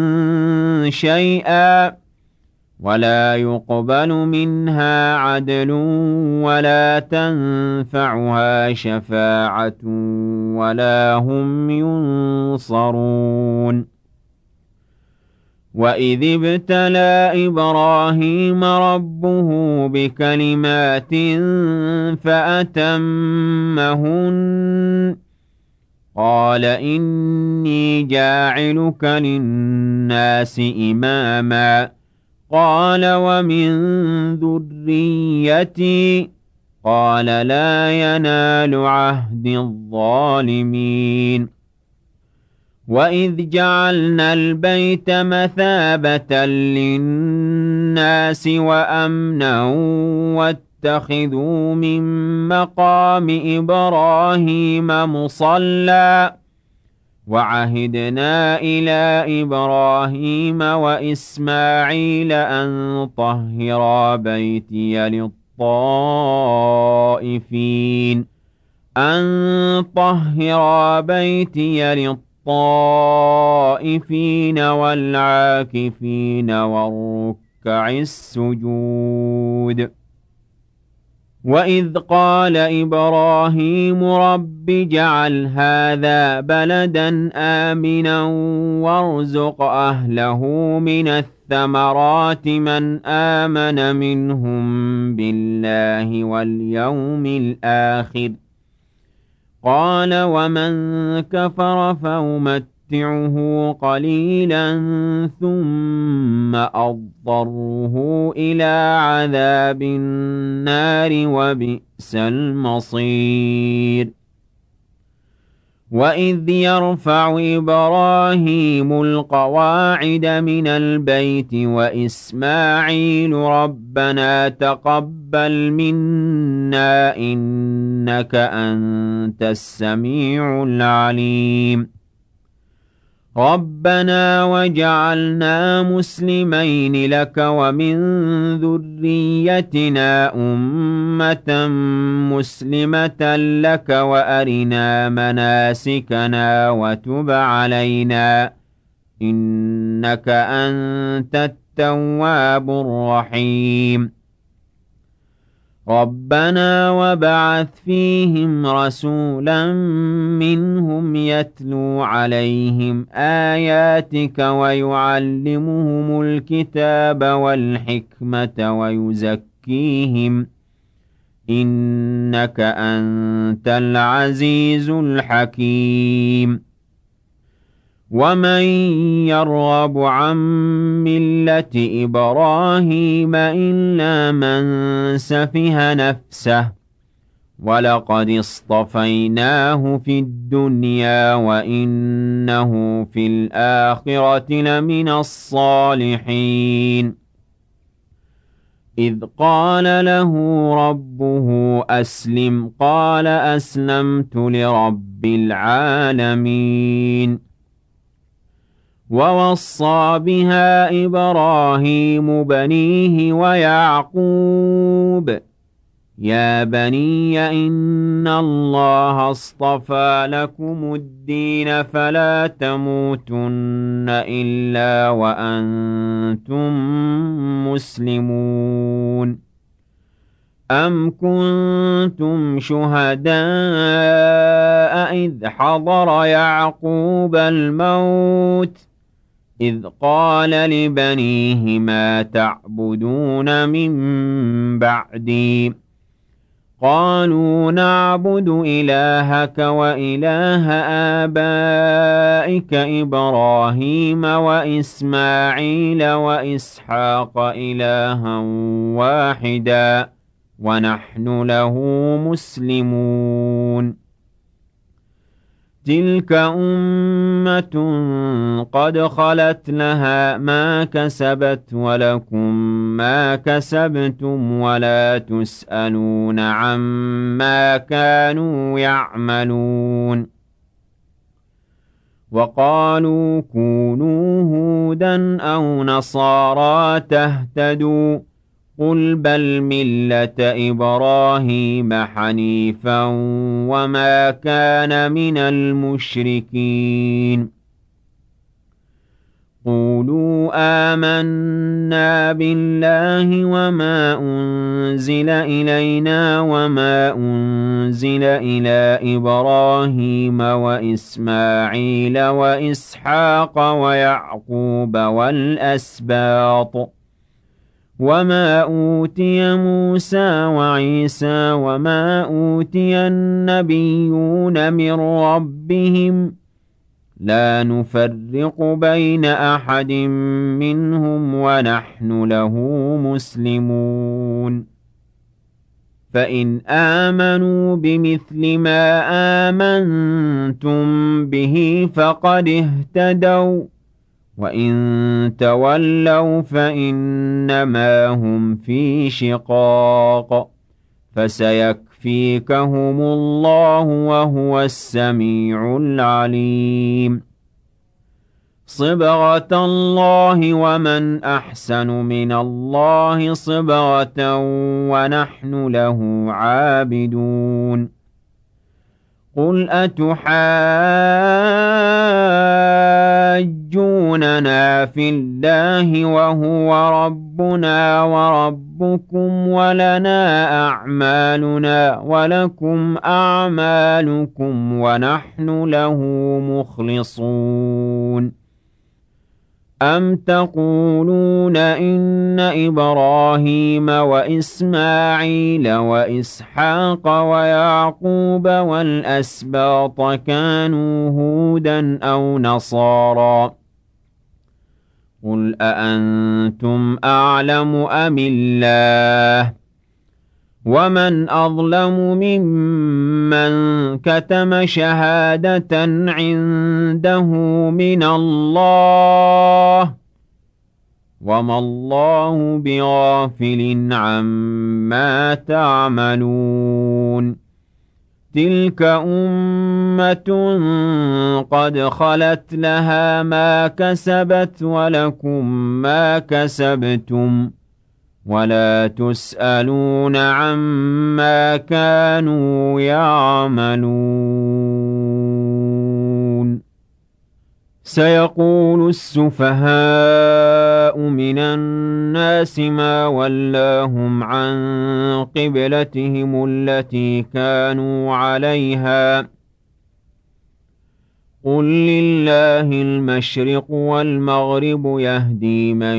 Speaker 1: شيئا ولا يقبل منها عدل ولا تنفعها شفاعة ولا هم ينصرون. وإذ ابتلى إبراهيم ربه بكلمات فأتمهن قال إني جاعلك للناس إماما قال ومن ذريتي قال لا ينال عهد الظالمين. وإذ جعلنا البيت مثابة للناس الناس وأمنا واتخذوا من مقام إبراهيم مصلى وعهدنا إلى إبراهيم وإسماعيل أن طهرا بيتي للطائفين والعاكفين والركع السجود. وإذ قال إبراهيم رب اجعل هذا بلدا آمنا وارزق أهله من الثمرات من آمن منهم بالله واليوم الآخر قال ومن كفر فأمتعه قليلا ثم أضطره إلى عذاب النار وبئس المصير. وإذ يرفع إبراهيم القواعد من البيت وإسماعيل ربنا تقبل منا إنك أنت السميع العليم ربنا وجعلنا مسلمين لك ومن ذريتنا أمة مسلمة لك وأرنا مناسكنا وتب علينا إنك أنت التواب الرحيم ربنا وابعث فيهم رسولا منهم يتلو عليهم آياتك ويعلمهم الكتاب والحكمة ويزكيهم إنك أنت العزيز الحكيم. ومن يرغب عن ملة إبراهيم إلا من سفه نفسه ولقد اصطفيناه في الدنيا وإنه في الآخرة لمن الصالحين. إذ قال له ربه أسلم قال أسلمت لرب العالمين. ووصى بها إبراهيم بنيه ويعقوب يا بني إن الله اصطفى لكم الدين فلا تموتن إلا وأنتم مسلمون. أم كنتم شهداء إذ حضر يعقوب الموت إذ قال لبنيه ما تعبدون من بعدي قالوا نعبد إلهك وإله آبائك إبراهيم وإسماعيل وإسحاق إلها واحدا ونحن له مسلمون. تلك أمة قد خلت لها ما كسبت ولكم ما كسبتم ولا تسألون عما كانوا يعملون. وقالوا كونوا هودا أو نصارى تهتدوا قل بل ملة إبراهيم حنيفا وما كان من المشركين. قولوا آمنا بالله وما أنزل إلينا وما أنزل إلى إبراهيم وإسماعيل وإسحاق ويعقوب والأسباط وما أوتي موسى وعيسى وما أوتي النبيون من ربهم لا نفرق بين أحد منهم ونحن له مسلمون. فإن آمنوا بمثل ما آمنتم به فقد اهتدوا وإن تولوا فإنما هم في شقاق فسيكفيكهم الله وهو السميع العليم صبغة الله ومن أحسن من الله صبغة ونحن له عابدون قل أتحاجوننا في الله وهو ربنا وربكم ولنا أعمالنا ولكم أعمالكم ونحن له مخلصون أم تقولون إن إبراهيم وإسماعيل وإسحاق ويعقوب والأسباط كانوا هودا أو نصارى قل أأنتم أعلم أم الله ومن أظلم ممن كتم شهادة عنده من الله وما الله بغافل عما تعملون تلك أمة قد خلت لها ما كسبت ولكم ما كسبتم ولا تسألون عما كانوا يعملون سيقول السفهاء من الناس ما ولاهم عن قبلتهم التي كانوا عليها قل لله المشرق والمغرب يهدي من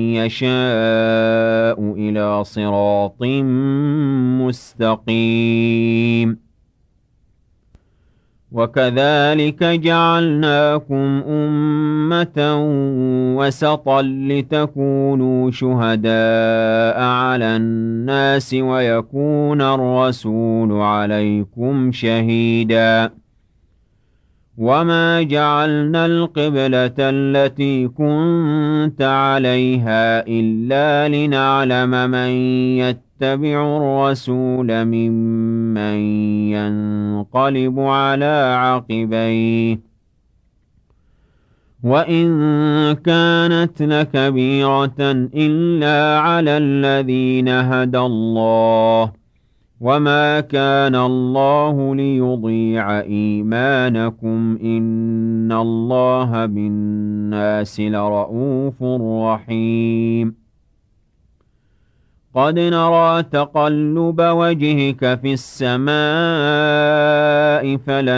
Speaker 1: يشاء إلى صراط مستقيم وكذلك جعلناكم أمة وسطا لتكونوا شهداء على الناس ويكون الرسول عليكم شهيداً وما جعلنا القبلة التي كنت عليها إلا لنعلم من يتبع الرسول ممن ينقلب على عقبيه وإن كانت لكبيرة إلا على الذين هدى الله وما كان الله ليضيع إيمانكم إن الله بالناس لرءوف رحيم قد نرى تقلب وجهك في السماء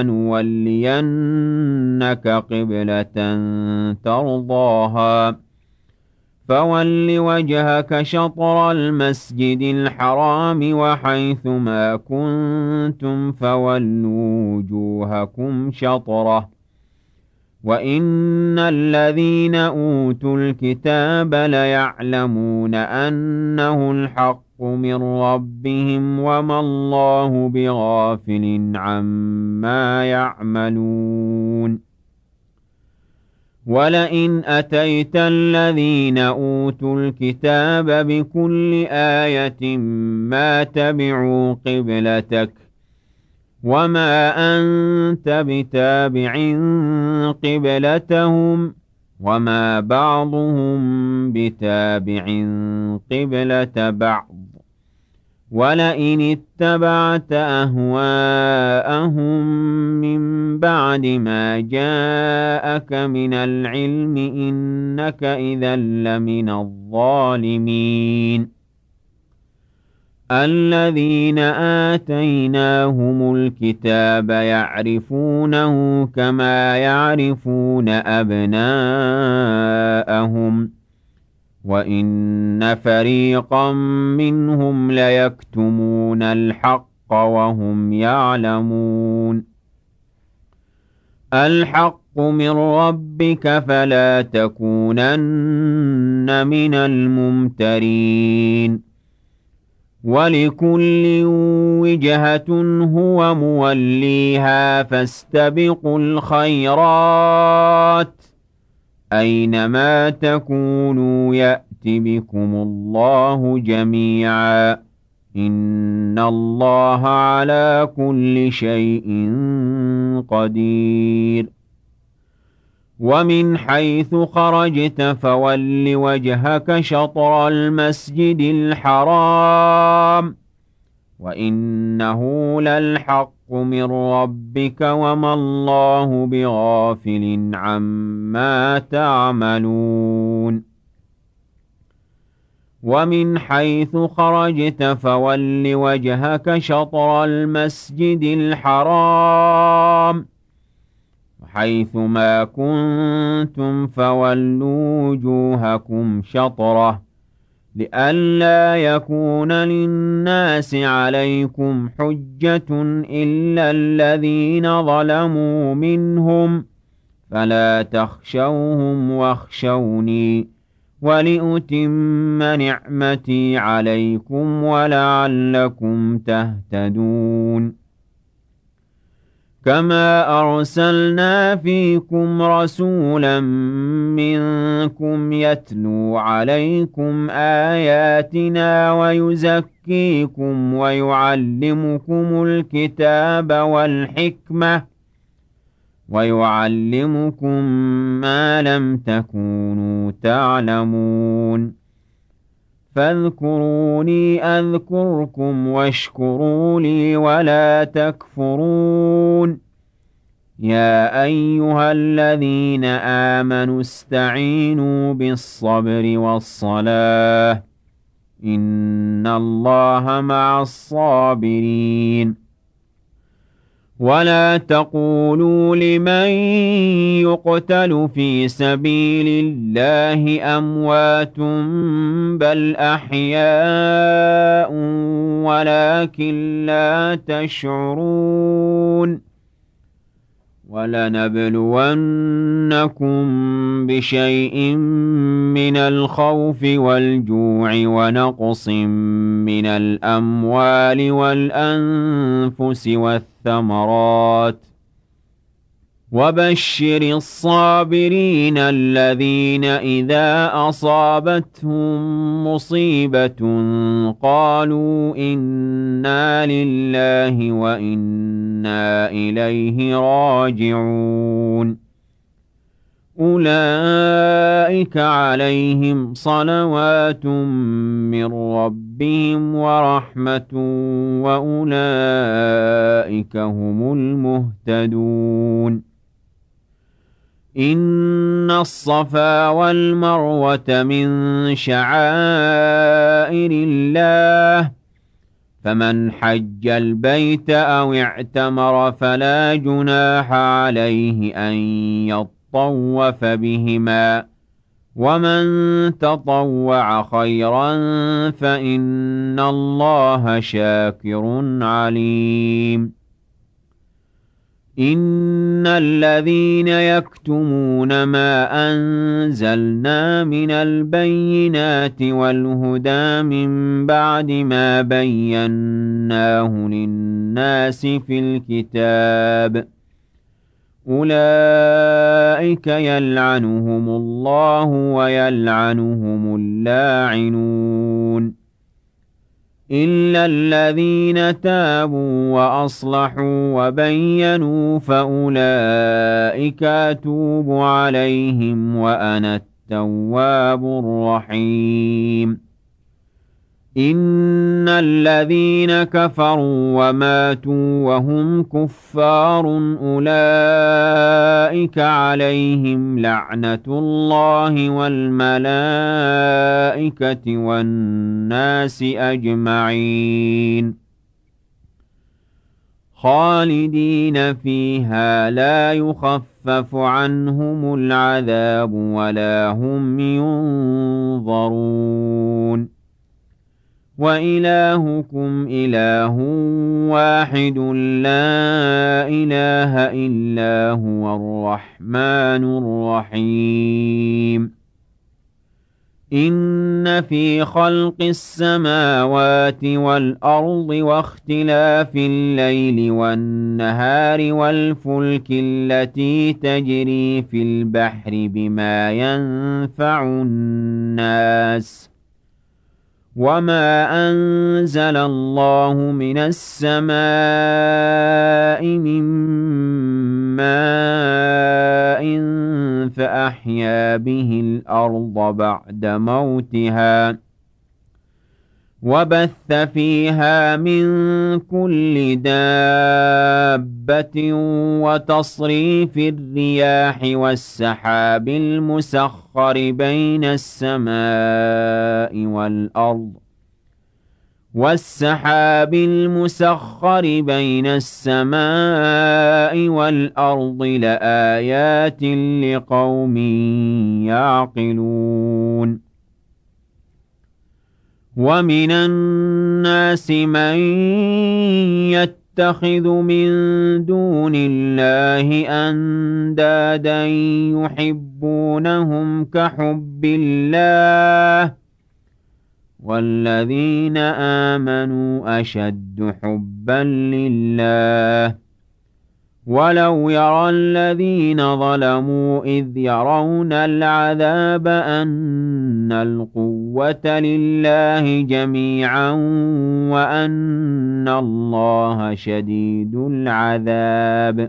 Speaker 1: فلنولينك قبلة ترضاها فول وجهك شطر المسجد الحرام وحيث ما كنتم فولوا وجوهكم شطره وإن الذين أوتوا الكتاب ليعلمون أنه الحق من ربهم وما الله بغافل عما يعملون ولئن أتيت الذين أوتوا الكتاب بكل آية ما تبعوا قبلتك وما أنت بتابع قبلتهم وما بعضهم بتابع قبلة بعض ولئن اتبعت أهواءهم من بعد ما جاءك من العلم إنك إذا لمن الظالمين الذين آتيناهم الكتاب يعرفونه كما يعرفون أبناءهم وإن فريقا منهم ليكتمون الحق وهم يعلمون الحق من ربك فلا تكونن من الممترين ولكل وجهة هو موليها فاستبقوا الخيرات أينما تكونوا يأت بكم الله جميعا إن الله على كل شيء قدير ومن حيث خرجت فول وجهك شطر المسجد الحرام وإنه للحق من ربك وما الله بغافل عما تعملون ومن حيث خرجت فول وجهك شطر المسجد الحرام حيث ما كنتم فولوا وجوهكم شطرة لئلا يكون للناس عليكم حجة إلا الذين ظلموا منهم فلا تخشوهم واخشوني ولأتم نعمتي عليكم ولعلكم تهتدون كما أرسلنا فيكم رسولا منكم يتلو عليكم آياتنا ويزكيكم ويعلمكم الكتاب ويعلمكم ما لم تكونوا تعلمون فاذكروني أذكركم واشكروا لي ولا تكفرون يا أيها الذين آمنوا استعينوا بالصبر والصلاة إن الله مع الصابرين ولا تقولوا لمن يقتل في سبيل الله أموات بل أحياء ولكن لا تشعرون ولنبلونكم بشيء من الخوف والجوع ونقص من الأموال والأنفس والثمرات وبشر الصابرين الذين إذا أصابتهم مصيبة قالوا إنا لله وإنا إليه راجعون أولئك عليهم صلوات من ربهم ورحمة وأولئك هم المهتدون إن الصفا والمروة من شعائر الله فمن حج البيت أو اعتمر فلا جناح عليه أن يطوف بهما ومن تطوع خيرا فإن الله شاكر عليم إن الذين يكتمون ما أنزلنا من البينات والهدى من بعد ما بيناه للناس في الكتاب أولئك يلعنهم الله ويلعنهم اللاعنون إلا الذين تابوا وأصلحوا وبينوا فأولئك أتوب عليهم وأنا التواب الرحيم إن الذين كفروا وماتوا وهم كفار أولئك عليهم لعنة الله والملائكة والناس أجمعين خالدين فيها لا يخفف عنهم العذاب ولا هم ينظرون وإلهكم إله واحد لا إله إلا هو الرحمن الرحيم إن في خلق السماوات والأرض واختلاف الليل والنهار والفلك التي تجري في البحر بما ينفع الناس وما أنزل الله من السماء من ماء فأحيا به الأرض بعد موتها وبث فيها من كل دابة وتصريف الرياح والسحاب المسخر بين السماء والأرض لآيات لقوم يعقلون ومن الناس من يتخذ من دون الله أندادا يحبونهم كحب الله والذين آمنوا أشد حبا لله ولو يرى الذين ظلموا إذ يرون العذاب أن القوة لله جميعا وأن الله شديد العذاب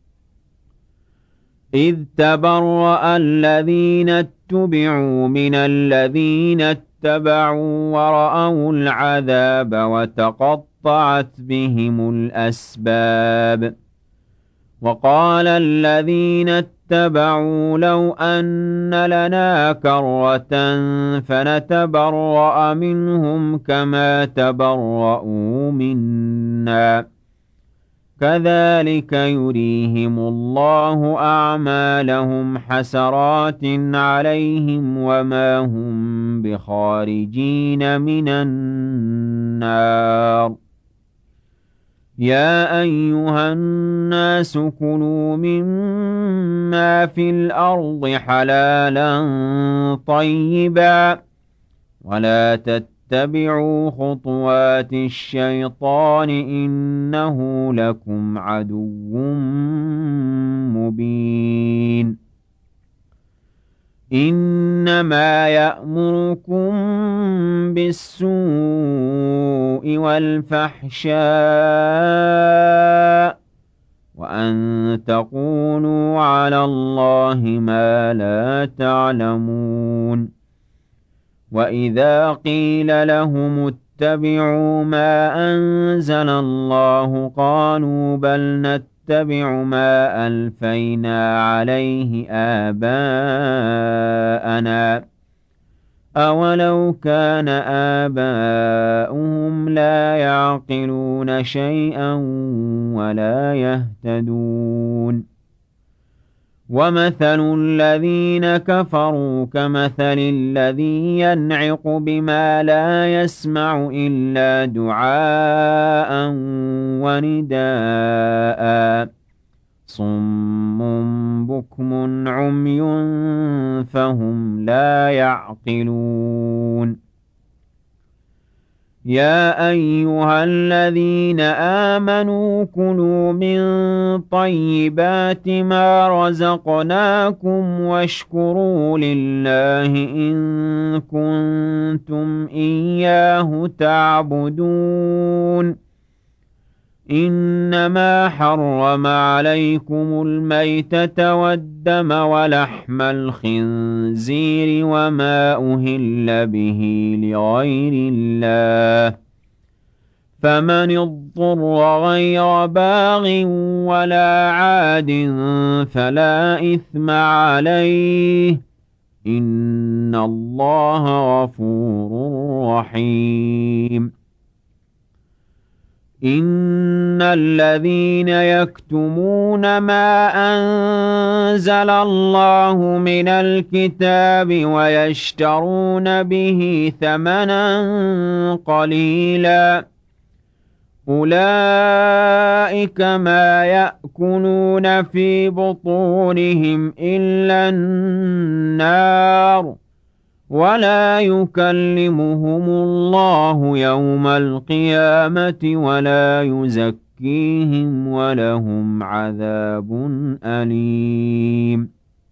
Speaker 1: إذ تبرأ الذين اتبعوا من الذين اتبعوا ورأوا العذاب وتقطعت بهم الأسباب وقال الذين اتبعوا لو أن لنا كرة فنتبرأ منهم كما تبرأوا منا كذلك يريهم الله أعمالهم حسرات عليهم وما هم بخارجين من النار يا أيها الناس كلوا مما في الأرض حلالا طيبا ولا تتبعوا خطوات الشيطان إنه لكم عدو مبين إنما يأمركم بالسوء والفحشاء وأن تقولوا على الله ما لا تعلمون وإذا قيل لهم اتبعوا ما أنزل الله قالوا بل نتبع ما ألفينا عليه آباءنا أولو كان آباؤهم لا يعقلون شيئا ولا يهتدون ومثل الذين كفروا كمثل الذي ينعق بما لا يسمع إلا دعاء ونداء صم بكم عمي فهم لا يعقلون يا أيها الذين آمنوا كلوا من طيبات ما رزقناكم واشكروا لله إن كنتم إياه تعبدون إنما حرم عليكم الميتة والدم ولحم الخنزير وما أهل به لغير الله فمن اضطر غير باغ ولا عاد فلا إثم عليه إن الله غفور رحيم إن الذين يكتمون ما أنزل الله من الكتاب ويشترون به ثمنا قليلا أولئك ما يأكلون في بطونهم إلا النار ولا يكلمهم الله يوم القيامة ولا يزكيهم ولهم عذاب أليم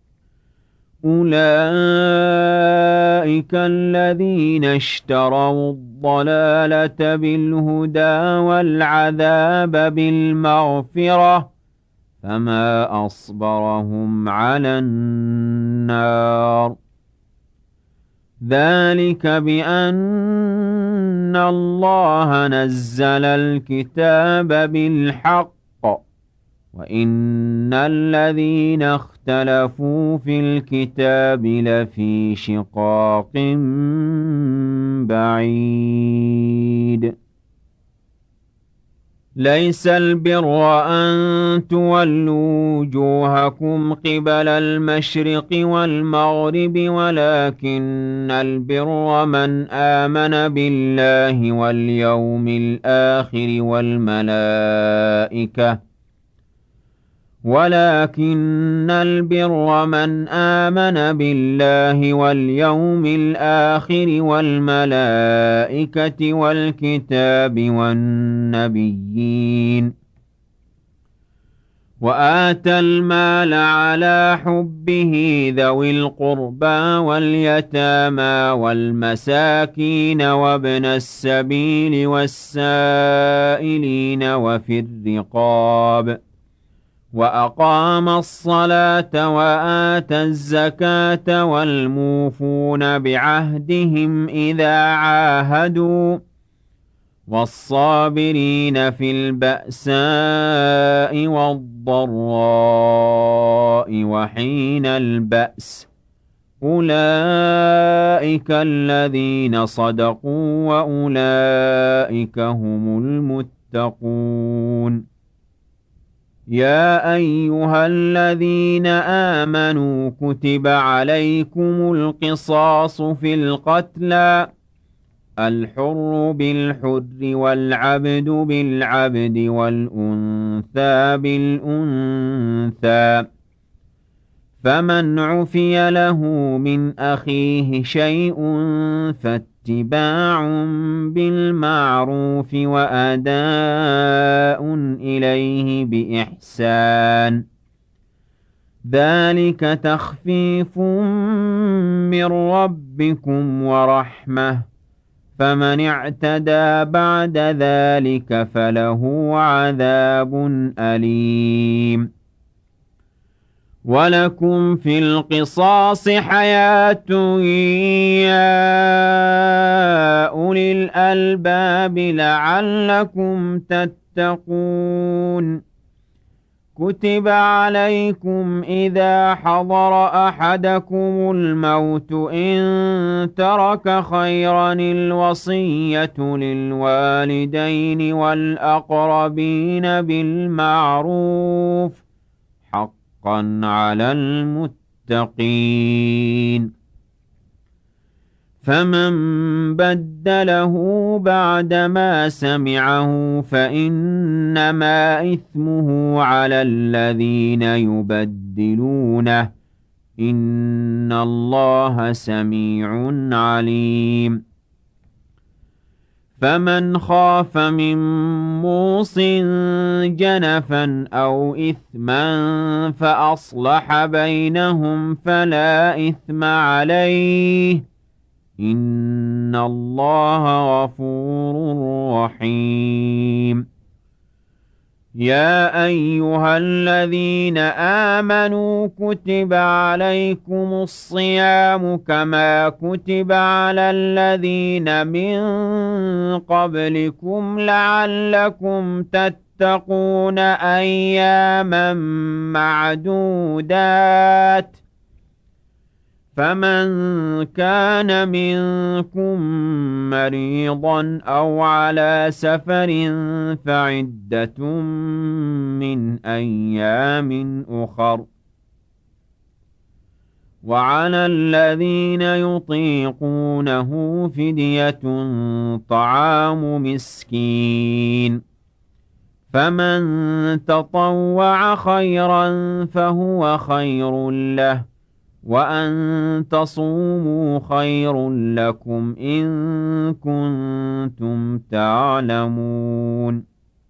Speaker 1: أولئك الذين اشتروا الضلالة بالهدى والعذاب بالمغفرة فما أصبرهم على النار ذلك بأن الله نزل الكتاب بالحق وإن الذين اختلفوا في الكتاب لفي شقاق بعيد ليس البر أن تولوا وجوهكم قبل المشرق والمغرب ولكن البر من آمن بالله واليوم الآخر ولكن البر من آمن بالله واليوم الآخر والملائكة والكتاب والنبيين وآتى المال على حبه ذوي القربى واليتامى والمساكين وابن السبيل والسائلين وفي الرقاب وأقام الصلاة وآتى الزكاة والموفون بعهدهم إذا عاهدوا والصابرين في البأساء والضراء وحين البأس أولئك الذين صدقوا وأولئك هم المتقون يا أيها الذين آمنوا كتب عليكم القصاص في القتلى الحر بالحر والعبد بالعبد والأنثى بالأنثى فمن عفي له من أخيه شيء فاتباع بالمعروف وأداء إليه بإحسان ذلك تخفيف من ربكم ورحمة فمن اعتدى بعد ذلك فله عذاب أليم ولكم في القصاص حياة يا أولي الألباب لعلكم تتقون كتب عليكم إذا حضر أحدكم الموت إن ترك خيرا الوصية للوالدين والأقربين بالمعروف حقا على المتقين فمن بدله بعدما سمعه فإنما إثمه على الذين يبدلونه إن الله سميع عليم فمن خاف من موص جنفا أو إثما فأصلح بينهم فلا إثم عليه إن الله غفور رحيم يا أيها الذين آمنوا كتب عليكم الصيام كما كتب على الذين من قبلكم لعلكم تتقون أياما معدودات فمن كان منكم مريضا أو على سفر فعدة من أيام أخر وعلى الذين يطيقونه فدية طعام مسكين فمن تطوع خيرا فهو خير له وأن تصوموا خير لكم إن كنتم تعلمون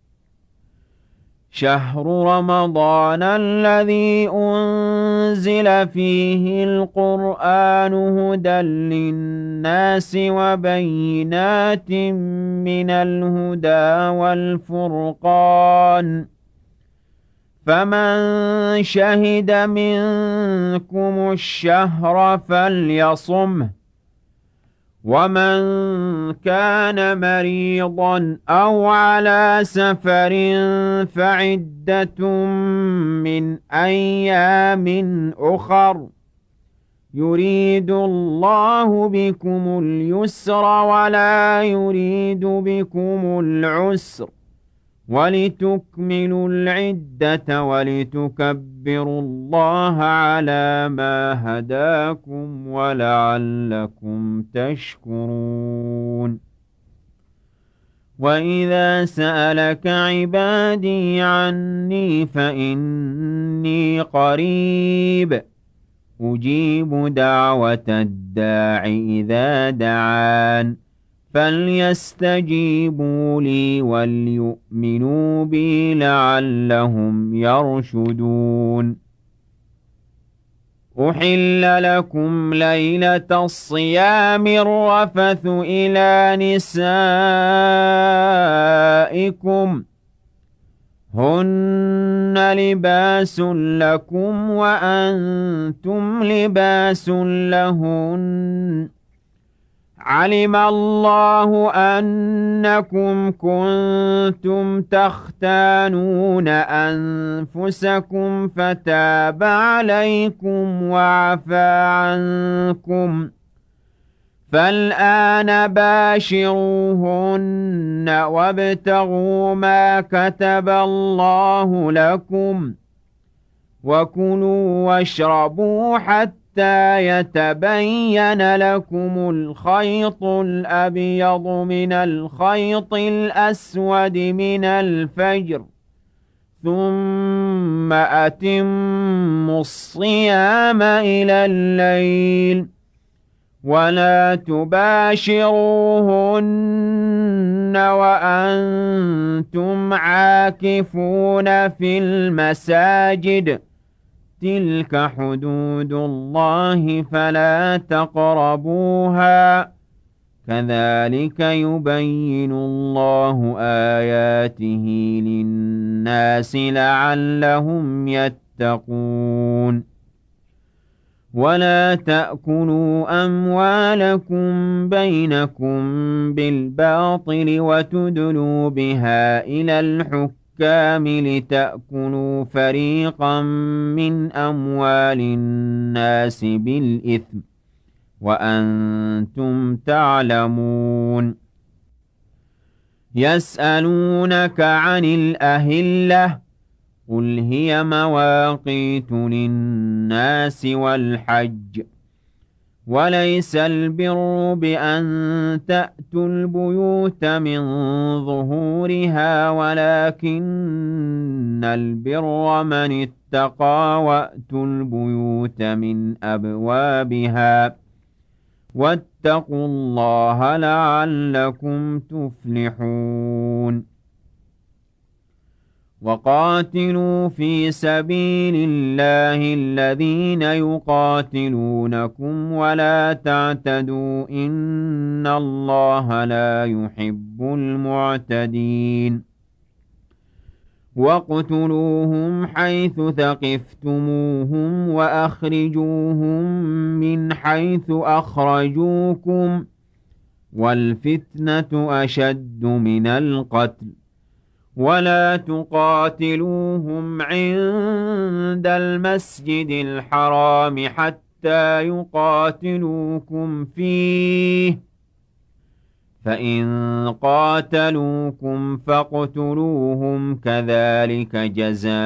Speaker 1: شهر رمضان الذي أنزل فيه القرآن هدى للناس وبينات من الهدى والفرقان فمن شهد منكم الشهر فليصمه ومن كان مريضا أو على سفر فعدة من أيام أخر يريد الله بكم اليسر ولا يريد بكم العسر ولتكملوا العدة ولتكبروا الله على ما هداكم ولعلكم تشكرون وإذا سألك عبادي عني فإني قريب أجيب دعوة الداع إذا دعان فليستجيبوا لي وليؤمنوا بي لعلهم يرشدون أحل لكم ليلة الصيام الرفث إلى نسائكم هن لباس لكم وأنتم لباس لهن علم الله أنكم كنتم تختانون أنفسكم فتاب عليكم وعفى عنكم فالآن باشروهن وابتغوا ما كتب الله لكم وكلوا واشربوا حتى يتبين لكم الخيط الأبيض من الخيط الأسود من الفجر ثم أتموا الصيام إلى الليل ولا تباشروهن وأنتم عاكفون في المساجد تلك حدود الله فلا تقربوها كذلك يبين الله آياته للناس لعلهم يتقون ولا تأكلوا أموالكم بينكم بالباطل وتدلوا بها إلى الحكام لتأكلوا فريقا من أموال الناس بالإثم وأنتم تعلمون يسألونك عن الأهلة قل هي مواقيت للناس والحج وليس البر بأن تأتوا البيوت من ظهورها ولكن البر من اتقى وأتوا البيوت من أبوابها واتقوا الله لعلكم تفلحون وقاتلوا في سبيل الله الذين يقاتلونكم ولا تعتدوا إن الله لا يحب المعتدين واقتلوهم حيث ثقفتموهم وأخرجوهم من حيث أخرجوكم والفتنة أشد من القتل ولا تقاتلوهم عند المسجد الحرام حتى يقاتلوكم فيه فإن قاتلوكم فاقتلوهم كذلك جزاء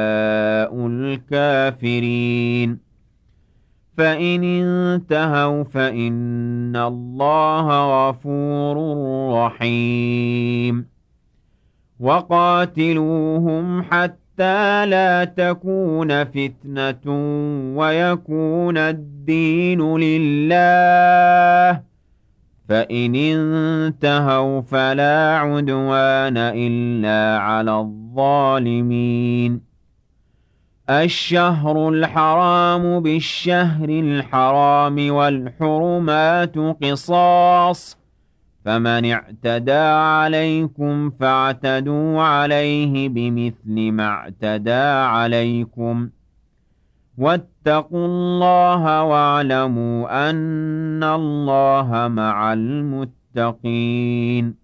Speaker 1: الكافرين فإن انتهوا فإن الله غفور رحيم وقاتلوهم حتى حتى لا تكون فتنة ويكون الدين لله، فإن انتهوا فلا عدوان إلا على الظالمين. الشهر الحرام بالشهر الحرام والحرمات قصاص، فمن اعتدى عليكم فاعتدوا عليه بمثل ما اعتدى عليكم، واتقوا الله واعلموا أن الله مع المتقين.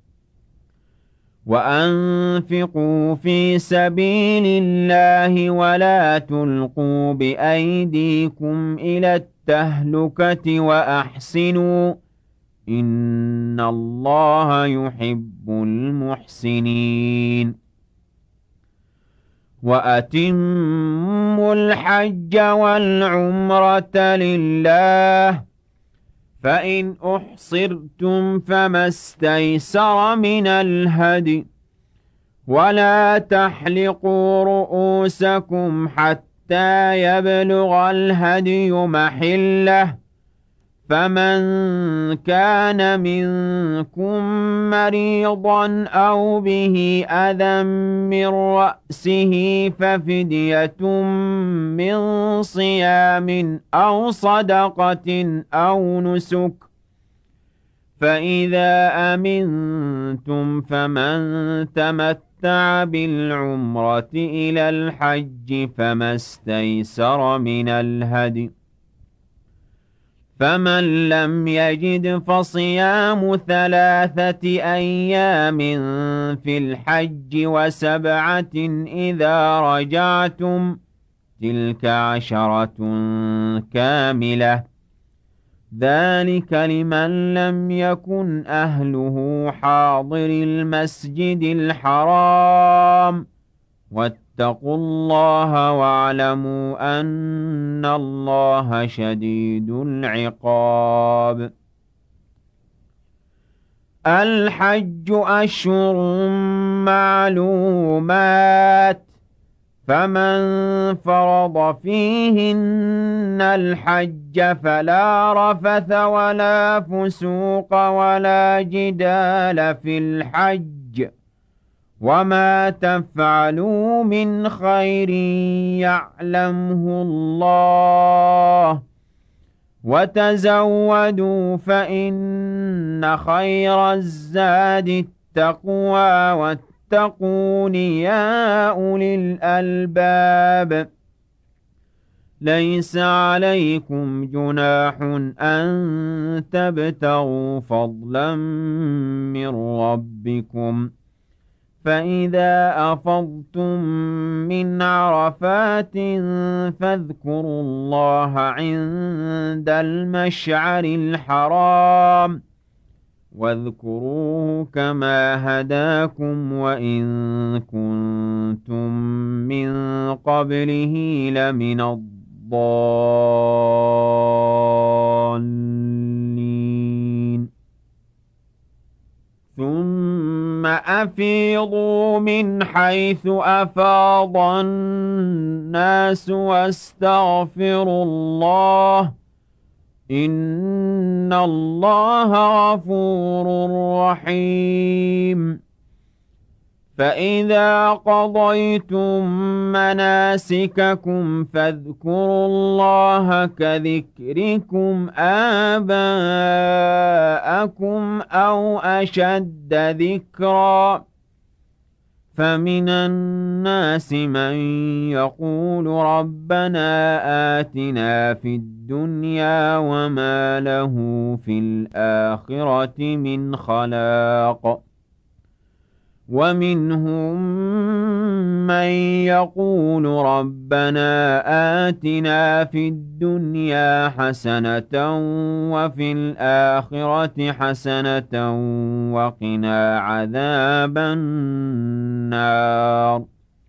Speaker 1: وأنفقوا في سبيل الله ولا تلقوا بأيديكم إلى التهلكة وأحسنوا إن الله يحب المحسنين. وأتموا الحج والعمرة لله، فإن أحصرتم فما استيسر من الهدي، ولا تحلقوا رؤوسكم حتى يبلغ الهدي محله، فمن كان منكم مريضا أو به أذى من رأسه ففدية من صيام أو صدقة أو نسك، فإذا أمنتم فمن تمتع بالعمرة إلى الحج فما استيسر من الهدي، فمن لم يجد فصيام 3 أيام في الحج و7 إذا رجعتم، تلك 10 كاملة، ذلك لمن لم يكن أهله حاضر المسجد الحرام. واتقوا الله واعلموا أن الله شديد العقاب. الحج أشهر معلومات، فمن فرض فيهن الحج فلا رفث ولا فسوق ولا جدال في الحج، وما تفعلوا من خير يعلمه الله، وتزودوا فإن خير الزاد التقوى، واتقون يا أولي الألباب. ليس عليكم جناح أن تبتغوا فضلا من ربكم، فإذا أفضتم من عرفات فاذكروا الله عند المشعر الحرام، واذكروه كما هداكم وإن كنتم من قبله لمن الضالين. ثم أفيضوا من حيث أفاض الناس واستغفروا الله إن الله غفور رحيم. فإذا قضيتم مناسككم فاذكروا الله كذكركم آباءكم أو أشد ذكرا، فمن الناس من يقول ربنا آتنا في الدنيا وما له في الآخرة من خلاق، ومنهم من يقول ربنا آتنا في الدنيا حسنة وفي الآخرة حسنة وقنا عذاب النار.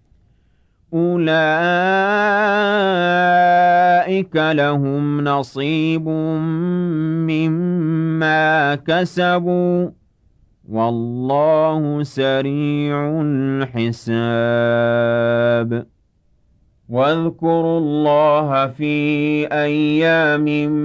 Speaker 1: أولئك لهم نصيب مما كسبوا والله سريع الحساب واذكروا الله في أيام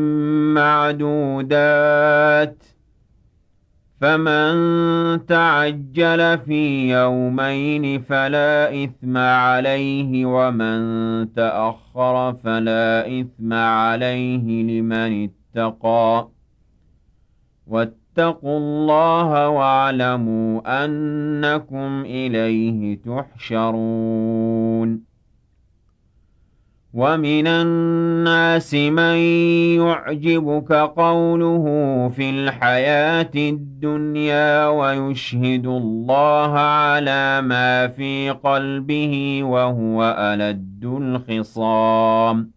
Speaker 1: معدودات فمن تعجل في يومين فلا إثم عليه ومن تأخر فلا إثم عليه لمن اتقى واتقوا الله واعلموا أنكم إليه تحشرون ومن الناس من يعجبك قوله في الحياة الدنيا ويشهد الله على ما في قلبه وهو ألد الخصام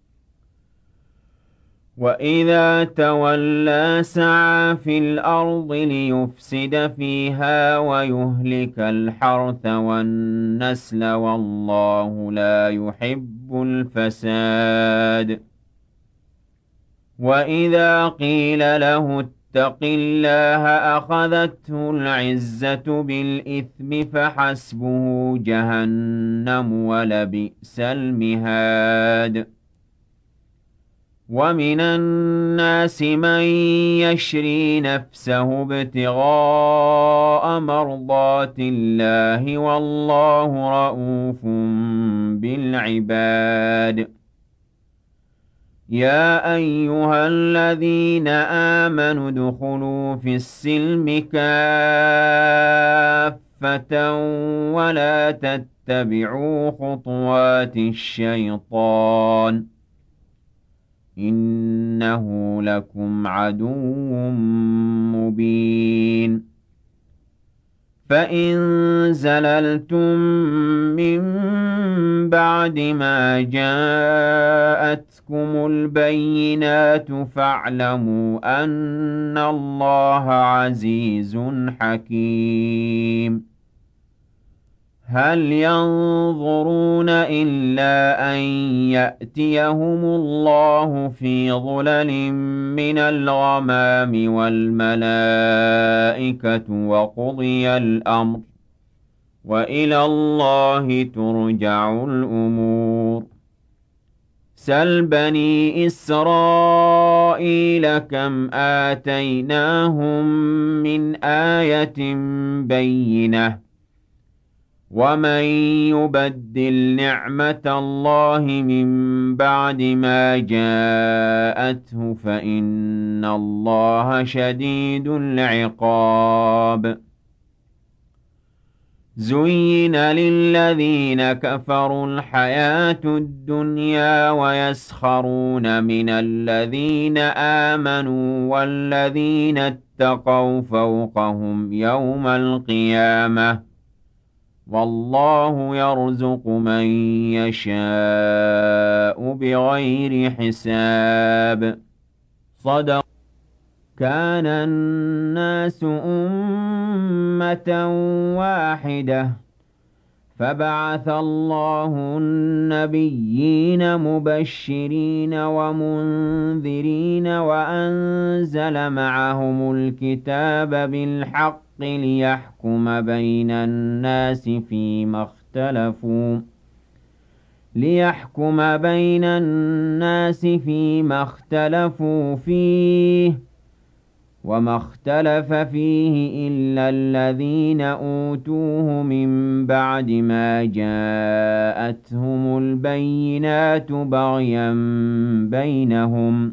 Speaker 1: وإذا تولى سعى في الأرض ليفسد فيها ويهلك الحرث والنسل والله لا يحب الفساد وإذا قيل له اتق الله أخذته العزة بالإثم فحسبه جهنم ولبئس المهاد ومن الناس من يشري نفسه ابتغاء مرضات الله والله رءوف بالعباد يا أيها الذين آمنوا ادخلوا في السلم كافة ولا تتبعوا خطوات الشيطان إنه لكم عدو مبين فإن زللتم من بعد ما جاءتكم البينات فاعلموا أن الله عزيز حكيم هل ينظرون إلا أن يأتيهم الله في ظلل من الغمام والملائكة وقضي الأمر وإلى الله ترجع الأمور سل بني إسرائيل كم آتيناهم من آية بينة ومن يبدل نعمة الله من بعد ما جاءته فإن الله شديد العقاب زين للذين كفروا الحياة الدنيا ويسخرون من الذين آمنوا والذين اتقوا فوقهم يوم القيامة والله يرزق من يشاء بغير حساب صدق كان الناس أمة واحدة فبعث الله النبيين مبشرين ومنذرين وأنزل معهم الكتاب بالحق ليحكم بين الناس فيما اختلفوا فيه وما اختلف فيه إلا الذين أوتوه من بعد ما جاءتهم البينات بغيا بينهم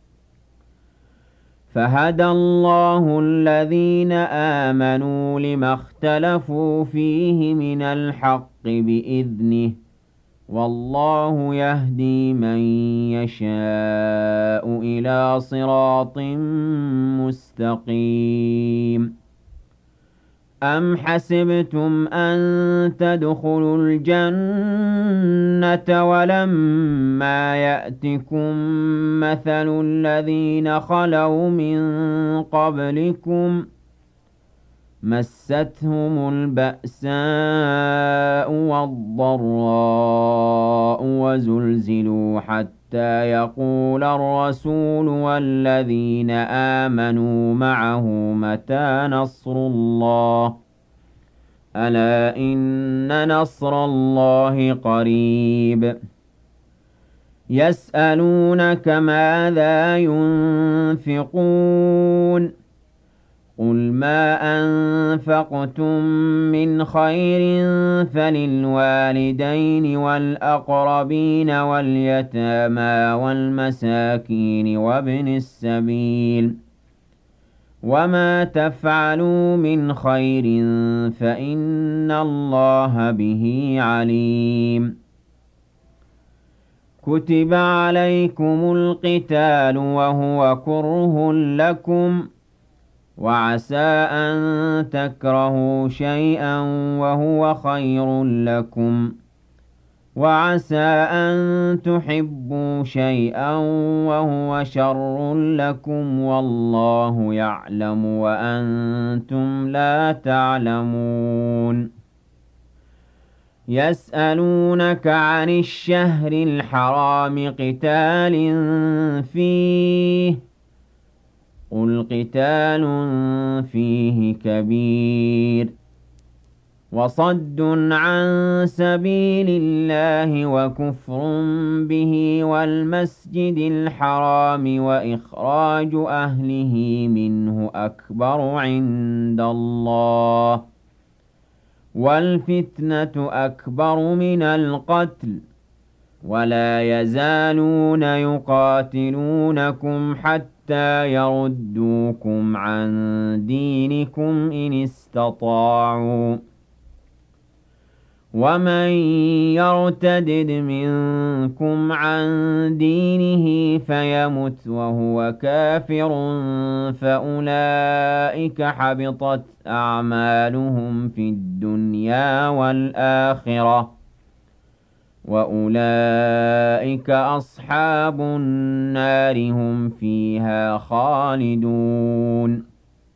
Speaker 1: فهدى الله الذين آمنوا لما اختلفوا فيه من الحق بإذنه والله يهدي من يشاء إلى صراط مستقيم أم حسبتم أن تدخلوا الجنة ولما يأتكم مثل الذين خلوا من قبلكم مستهم البأساء والضراء وزلزلوا حتى يقول الرسول والذين آمنوا معه متى نصر الله ألا إن نصر الله قريب يسألونك ماذا ينفقون قل ما أنفقتم من خير فللوالدين والأقربين واليتامى والمساكين وابن السبيل وما تفعلوا من خير فإن الله به عليم كتب عليكم القتال وهو كره لكم وعسى أن تكرهوا شيئا وهو خير لكم وعسى أن تحبوا شيئا وهو شر لكم والله يعلم وأنتم لا تعلمون يسألونك عن الشهر الحرام قتال فيه قل قتال فيه كبير وصد عن سبيل الله وكفر به والمسجد الحرام وإخراج أهله منه أكبر عند الله والفتنة أكبر من القتل ولا يزالون يقاتلونكم حتى يردوكم عن دينكم إن استطاعوا ومن يرتدد منكم عن دينه فيمت وهو كافر فأولئك حبطت أعمالهم في الدنيا والآخرة وأولئك أصحاب النار هم فيها خالدون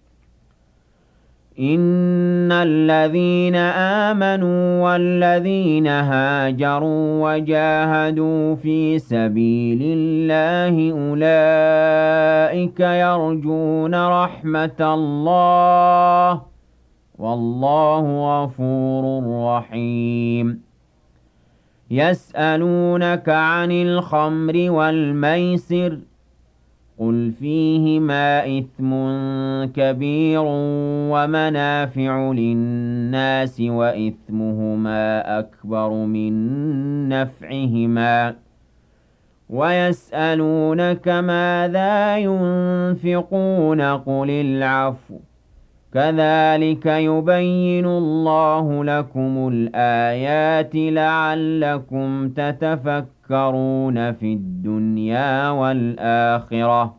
Speaker 1: إن الذين آمنوا والذين هاجروا وجاهدوا في سبيل الله أولئك يرجون رحمة الله والله غفور رحيم يسألونك عن الخمر والميسر قل فيهما إثم كبير ومنافع للناس وإثمهما أكبر من نفعهما ويسألونك ماذا ينفقون قل العفو كذلك يبين الله لكم الآيات لعلكم تتفكرون في الدنيا والآخرة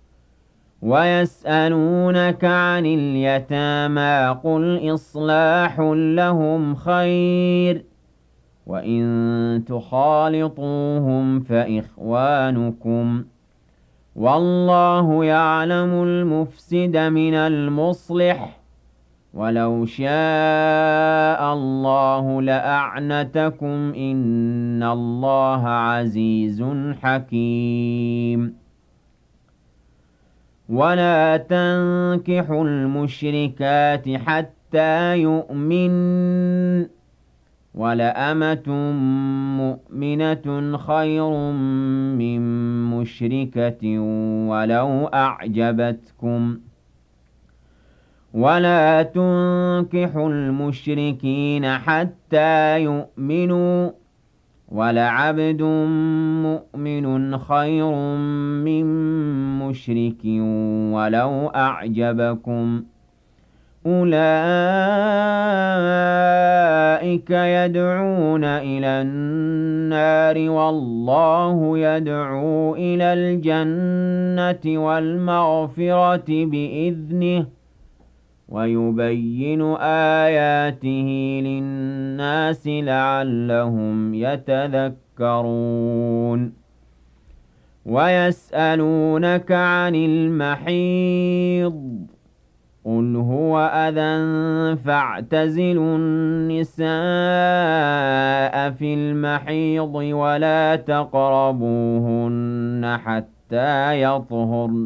Speaker 1: ويسألونك عن اليتامى قل إصلاح لهم خير وإن تخالطوهم فإخوانكم والله يعلم المفسد من المصلح ولو شاء الله لأعنتكم إن الله عزيز حكيم ولا تنكحوا المشركات حتى يؤمنوا ولأمة مؤمنة خير من مشركة ولو أعجبتكم ولا تنكحوا المشركين حتى يؤمنوا ولعبد مؤمن خير من مشرك ولو أعجبكم أولئك يدعون إلى النار والله يدعو إلى الجنة والمغفرة بإذنه ويبين آياته للناس لعلهم يتذكرون ويسألونك عن المحيض قل هو أذى فاعتزلوا النساء في المحيض ولا تقربوهن حتى يطهرن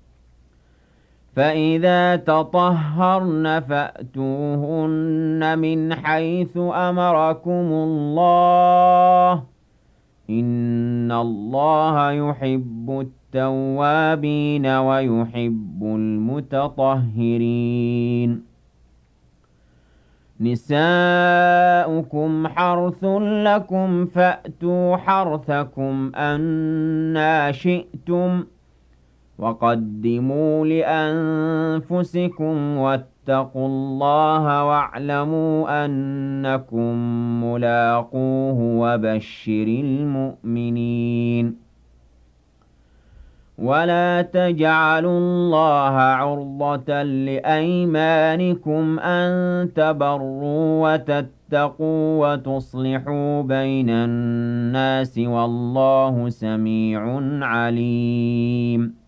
Speaker 1: فإذا تطهرن فأتوهن من حيث أمركم الله إن الله يحب التوابين ويحب المتطهرين نساؤكم حرث لكم فأتوا حرثكم أنى شئتم وقدموا لأنفسكم واتقوا الله واعلموا أنكم ملاقوه وبشر المؤمنين ولا تجعلوا الله عرضة لأيمانكم أن تبروا وتتقوا وتصلحوا بين الناس والله سميع عليم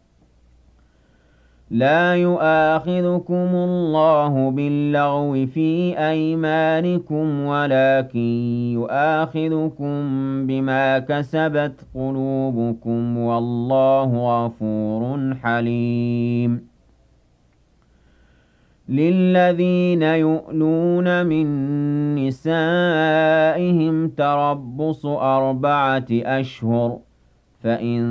Speaker 1: لا يؤاخذكم الله باللغو في أيمانكم ولكن يؤاخذكم بما كسبت قلوبكم والله غفور حليم للذين يؤلون من نسائهم تربص 4 أشهر فإن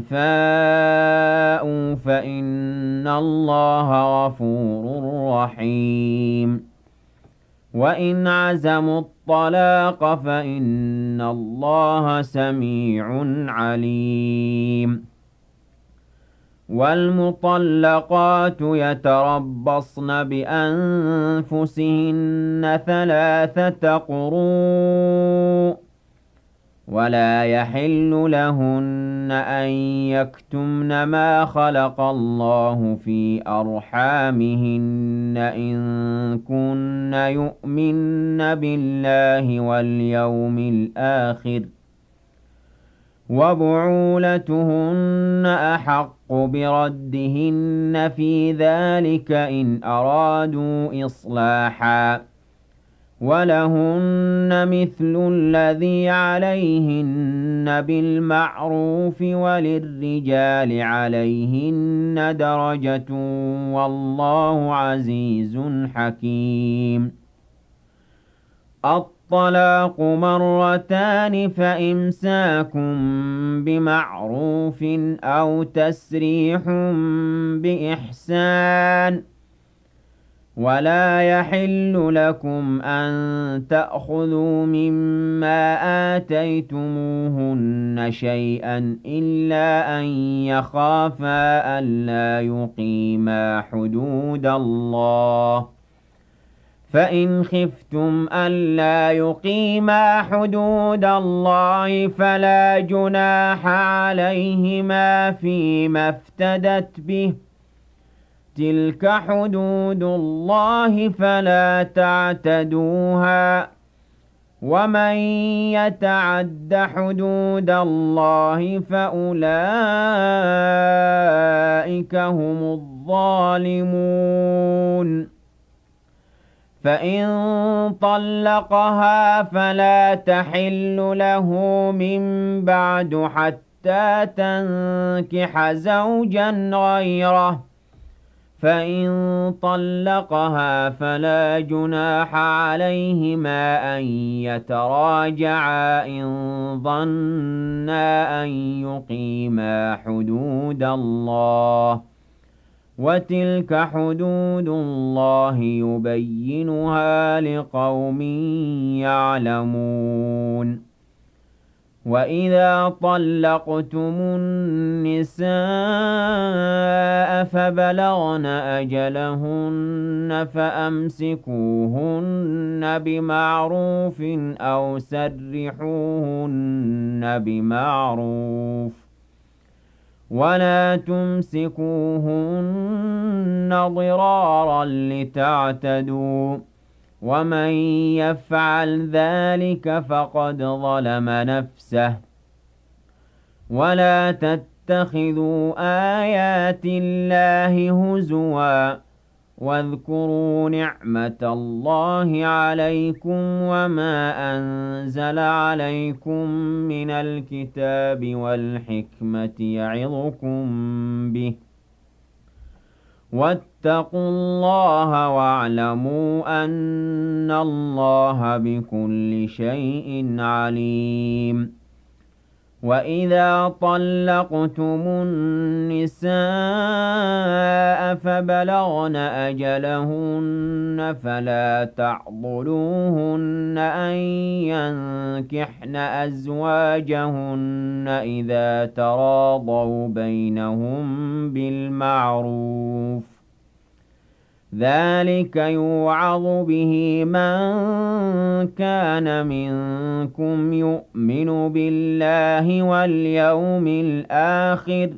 Speaker 1: فاءوا فإن الله غفور رحيم وإن عزموا الطلاق فإن الله سميع عليم والمطلقات يتربصن بأنفسهن 3 قروء ولا يحل لهن أن يكتمن ما خلق الله في أرحامهن إن كن يؤمن بالله واليوم الآخر وبعولتهن أحق بردهن في ذلك إن أرادوا إصلاحا ولهن مثل الذي عليهن بالمعروف وللرجال عليهن درجة والله عزيز حكيم الطلاق 2 فإمساكم بمعروف أو تسريح بإحسان ولا يحل لكم أن تأخذوا مما آتيتموهن شيئا إلا أن يخافا ألا يقيما حدود الله فإن خفتم ألا يقيما حدود الله فلا جناح عليهما فيما افتدت به تلك حدود الله فلا تعتدوها ومن يتعد حدود الله فأولئك هم الظالمون فإن طلقها فلا تحل له من بعد حتى تنكح زوجا غيره فإن طلقها فلا جناح عليهما أن يتراجعا إن ظنا أن يقيما حدود الله وتلك حدود الله يبينها لقوم يعلمون وإذا طلقتم النساء فبلغن أجلهن فأمسكوهن بمعروف أو سرحوهن بمعروف ولا تمسكوهن ضرارا لتعتدوا ومن يفعل ذلك فقد ظلم نفسه ولا تتخذوا آيات الله هزوا واذكروا نعمة الله عليكم وما أنزل عليكم من الكتاب والحكمة يعظكم به واتقوا الله واعلموا أن الله بكل شيء عليم وإذا طلقتم النساء فبلغن أجلهن فلا تعضلوهن أن ينكحن أزواجهن إذا تراضوا بينهم بالمعروف ذلك يوعظ به من كان منكم يؤمن بالله واليوم الآخر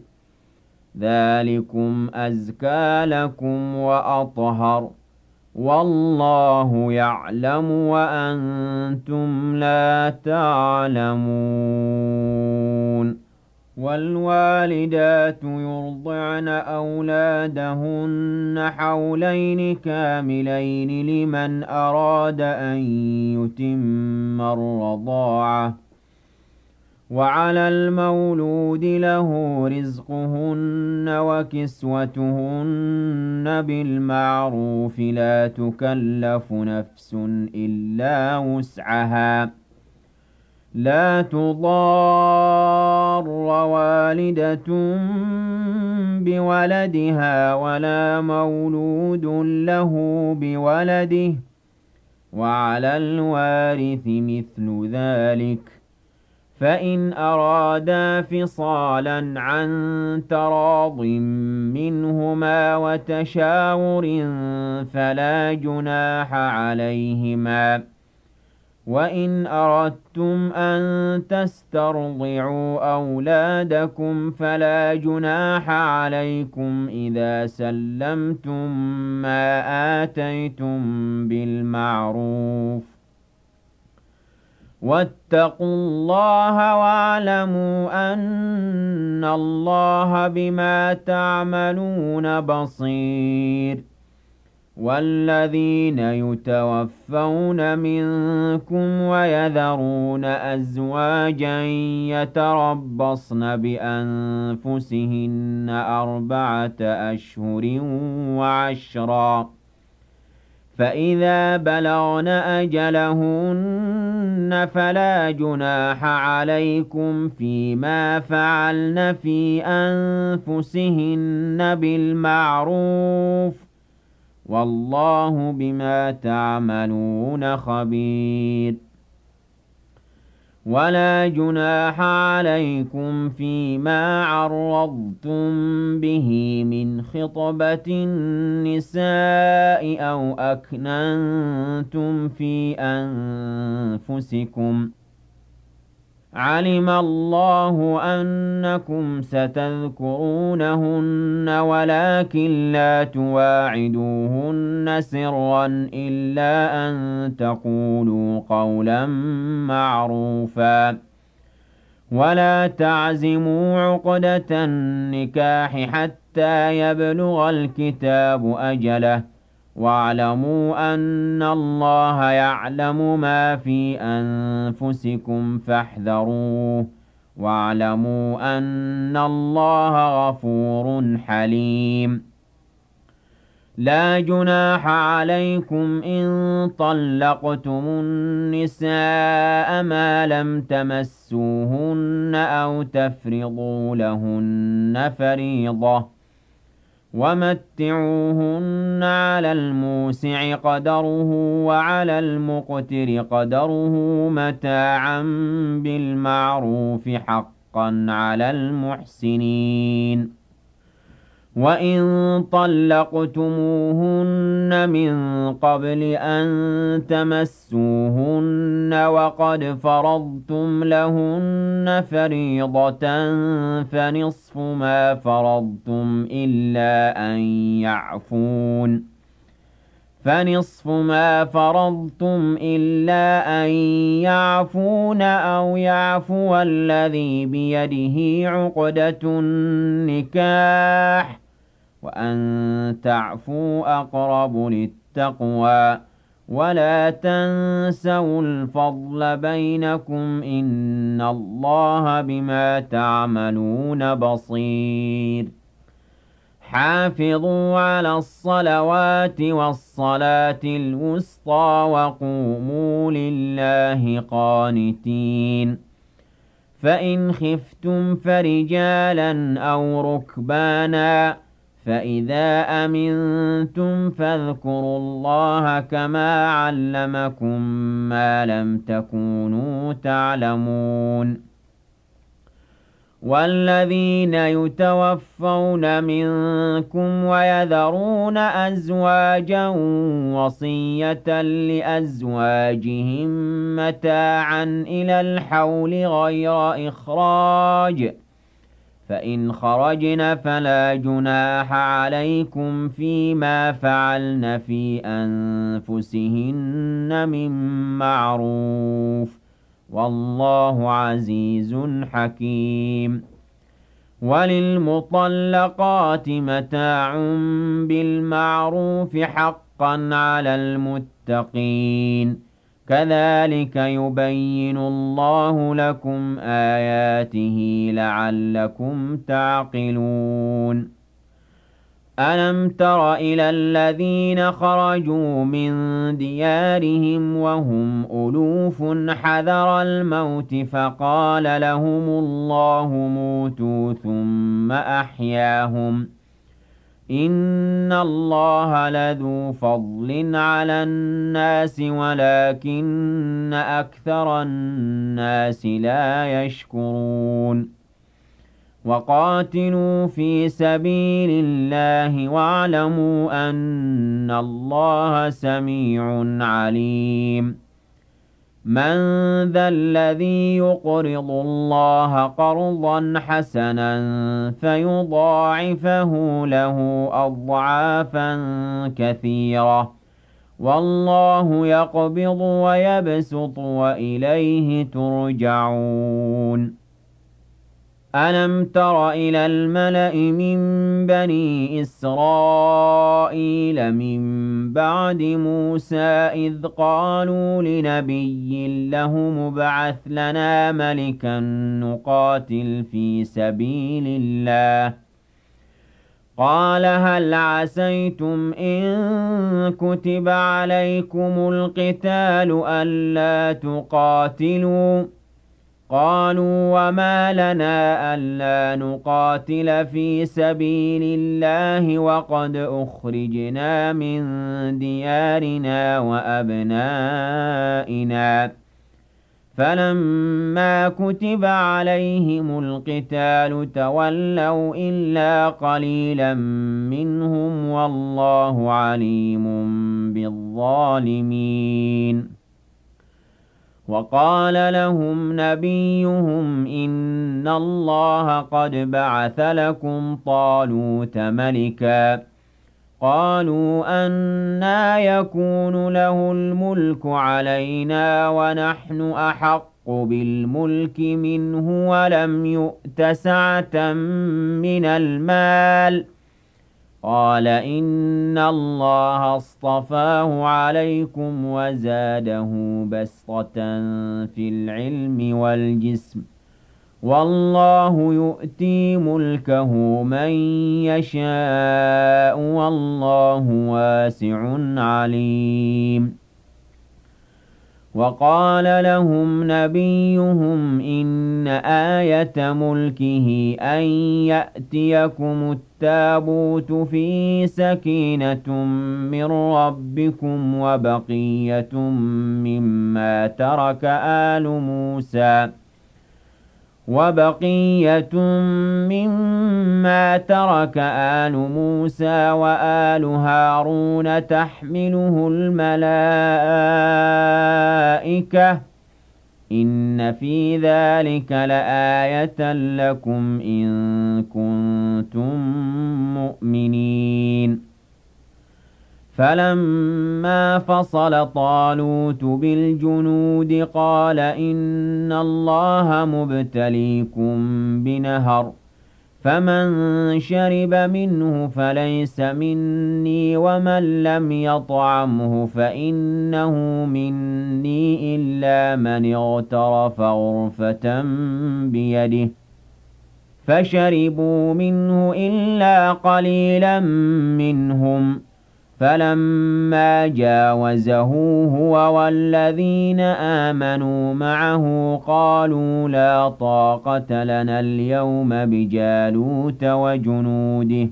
Speaker 1: ذلكم أزكى لكم وأطهر والله يعلم وأنتم لا تعلمون والوالدات يرضعن أولادهن حولين كاملين لمن أراد أن يتم الرضاعة وعلى المولود له رزقهن وكسوتهن بالمعروف لا تكلف نفس إلا وسعها لا تضار والدة بولدها ولا مولود له بولده وعلى الوارث مثل ذلك فإن أرادا فصالا عن تراض منهما وتشاور فلا جناح عليهما وإن أردتم أن تسترضعوا أولادكم فلا جناح عليكم إذا سلمتم ما آتيتم بالمعروف واتقوا الله واعلموا أن الله بما تعملون بصير والذين يتوفون منكم ويذرون أزواجا يتربصن بأنفسهن 4 أشهر وعشرا فإذا بلغن أجلهن فلا جناح عليكم فيما فعلن في أنفسهن بالمعروف والله بما تعملون خبير ولا جناح عليكم فيما عرضتم به من خطبة النساء أو أكننتم في أنفسكم علم الله أنكم ستذكرونهن ولكن لا تواعدوهن سرا إلا أن تقولوا قولا معروفا ولا تعزموا عقدة النكاح حتى يبلغ الكتاب أجله واعلموا أن الله يعلم ما في أنفسكم فاحذروه واعلموا أن الله غفور حليم لا جناح عليكم إن طلقتم النساء ما لم تمسوهن أو تفرضوا لهن فريضة ومتعوهن على الموسع قدره وعلى المقتر قدره متاعا بالمعروف حقا على المحسنين وإن طلقتموهن من قبل أن تمسوهن وقد فرضتم لهن فريضة فنصف ما فرضتم إلا أن يعفون أو يعفو الذي بيده عقدة النكاح وأن تعفوا أقرب للتقوى ولا تنسوا الفضل بينكم إن الله بما تعملون بصير حافظوا على الصلوات والصلاة الوسطى وقوموا لله قانتين فإن خفتم فرجالا أو ركبانا فإذا أمنتم فاذكروا الله كما علمكم ما لم تكونوا تعلمون والذين يتوفون منكم ويذرون أزواجا وصية لأزواجهم متاعا إلى الحول غير إخراج فإن خرجن فلا جناح عليكم فيما فعلن في أنفسهن من معروف والله عزيز حكيم وللمطلقات متاع بالمعروف حقا على المتقين كذلك يبين الله لكم آياته لعلكم تعقلون ألم تر إلى الذين خرجوا من ديارهم وهم ألوف حذر الموت فقال لهم الله موتوا ثم أحياهم إن الله لذو فضل على الناس ولكن أكثر الناس لا يشكرون وقاتلوا في سبيل الله واعلموا أن الله سميع عليم من ذا الذي يقرض الله قرضا حسنا فيضاعفه له أضعافا كثيرة والله يقبض ويبسط وإليه ترجعون ألم تر إلى الملأ من بني إسرائيل من بعد موسى إذ قالوا لنبي له مبعث لنا ملكا نقاتل في سبيل الله قال هل عسيتم إن كتب عليكم القتال ألا تقاتلوا قالوا وما لنا ألا نقاتل في سبيل الله وقد أخرجنا من ديارنا وأبنائنا فلما كتب عليهم القتال تولوا إلا قليلا منهم والله عليم بالظالمين وقال لهم نبيهم إن الله قد بعث لكم طالوت ملكا قالوا أنى يكون له الملك علينا ونحن أحق بالملك منه ولم يؤت سعة من المال قال إن الله اصطفاه عليكم وزاده بسطة في العلم والجسم والله يؤتي ملكه من يشاء والله واسع عليم وقال لهم نبيهم إن آية ملكه أن يأتيكم التابوت فيه سكينة من ربكم وبقية مما ترك آل موسى وآل هارون تحمله الملائكة إن في ذلك لآية لكم إن كنتم مؤمنين فلما فصل طالوت بالجنود قال إن الله مبتليكم بنهر فمن شرب منه فليس مني ومن لم يطعمه فإنه مني إلا من اغترف غرفة بيده فشربوا منه إلا قليلا منهم فلما جاوزه هو والذين آمنوا معه قالوا لا طاقة لنا اليوم بجالوت وجنوده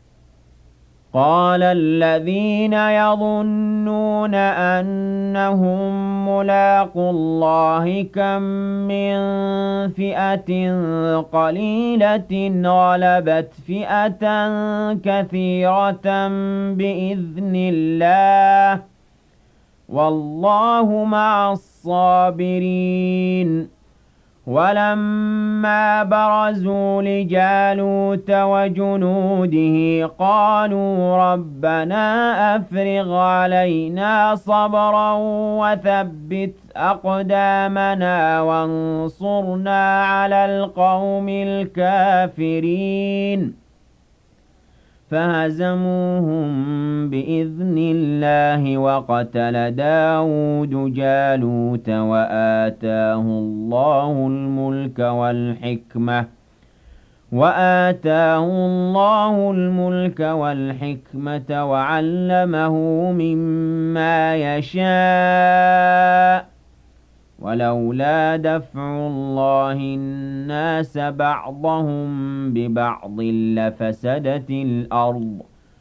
Speaker 1: قال الذين يظنون أنهم ملاقو الله كم من فئة قليلة غلبت فئة كثيرة بإذن الله والله مع الصابرين ولما برزوا لجالوت وجنوده قالوا ربنا أفرغ علينا صبرا وثبت أقدامنا وانصرنا على القوم الكافرين فهزموهم بإذن الله وقتل داود جالوت وآتاه الله الملك والحكمة وعلمه مما يشاء ولولا دفع الله الناس بعضهم ببعض لفسدت الأرض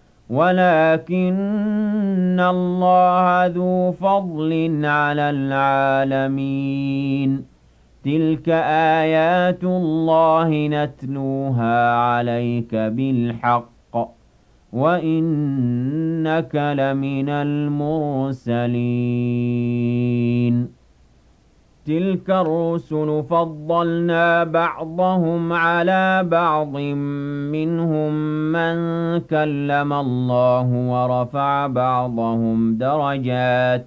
Speaker 1: ولكن الله ذو فضل على العالمين تلك آيات الله نتلوها عليك بالحق وإنك لمن المرسلين تلك الرسل فضلنا بعضهم على بعض منهم من كلم الله ورفع بعضهم درجات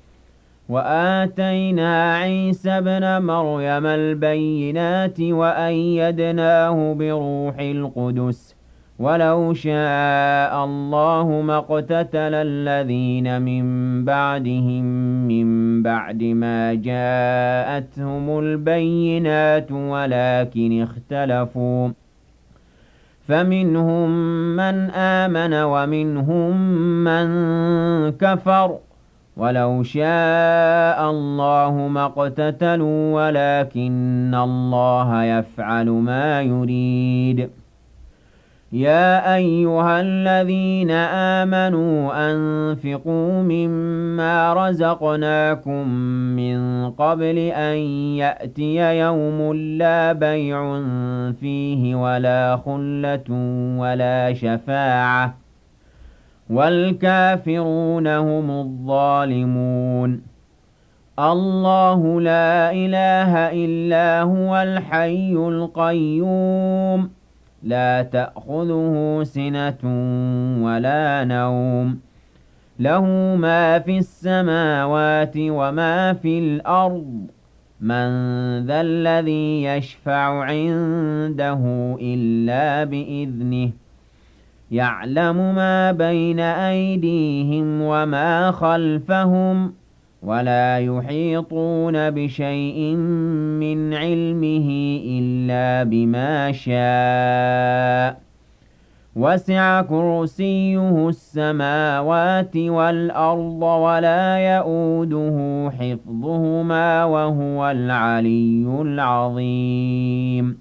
Speaker 1: وآتينا عيسى ابن مريم البينات وأيدناه بروح القدس ولو شاء الله ما اقتتل الذين من بعدهم من بعد ما جاءتهم البينات ولكن اختلفوا فمنهم من آمن ومنهم من كفر ولو شاء الله ما اقتتلوا ولكن الله يفعل ما يريد يا أيها الذين آمنوا أنفقوا مما رزقناكم من قبل أن يأتي يوم لا بيع فيه ولا خلة ولا شفاعة والكافرون هم الظالمون الله لا إله إلا هو الحي القيوم لا تأخذه سنة ولا نوم له ما في السماوات وما في الأرض من ذا الذي يشفع عنده إلا بإذنه يعلم ما بين أيديهم وما خلفهم ولا يحيطون بشيء من علمه إلا بما شاء وسع كرسيه السماوات والأرض ولا يئوده حفظهما وهو العلي العظيم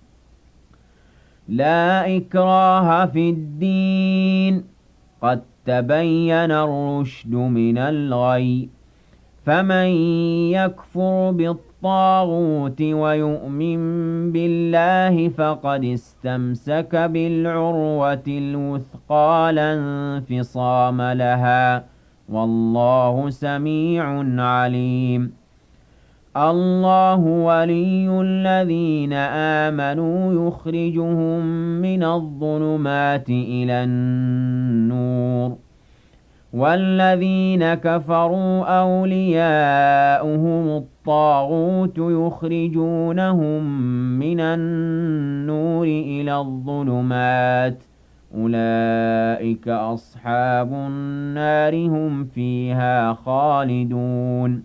Speaker 1: لا إكراه في الدين قد تبين الرشد من الغي فمن يكفر بالطاغوت ويؤمن بالله فقد استمسك بالعروة الوثقى لا انفصام لها والله سميع عليم الله ولي الذين آمنوا يخرجهم من الظلمات إلى النور والذين كفروا أولياؤهم الطاغوت يخرجونهم من النور إلى الظلمات أولئك أصحاب النار هم فيها خالدون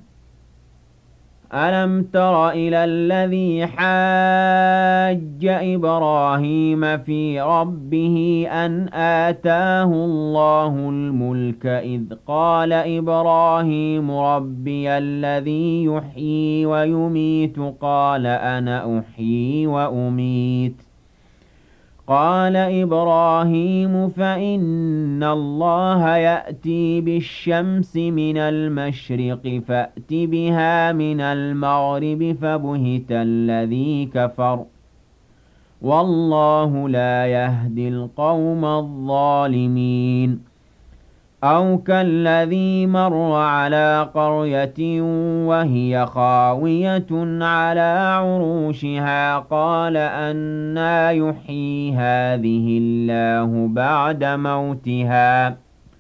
Speaker 1: ألم تر إلى الذي حاج إبراهيم في ربه أن آتاه الله الملك إذ قال إبراهيم ربي الذي يحيي ويميت قال أنا أحيي وأميت قال إبراهيم فإن الله يأتي بالشمس من المشرق فأت بها من المغرب فبهت الذي كفر والله لا يهدي القوم الظالمين أو كالذي مر على قرية وهي خاوية على عروشها قال أنى يحيي هذه الله بعد موتها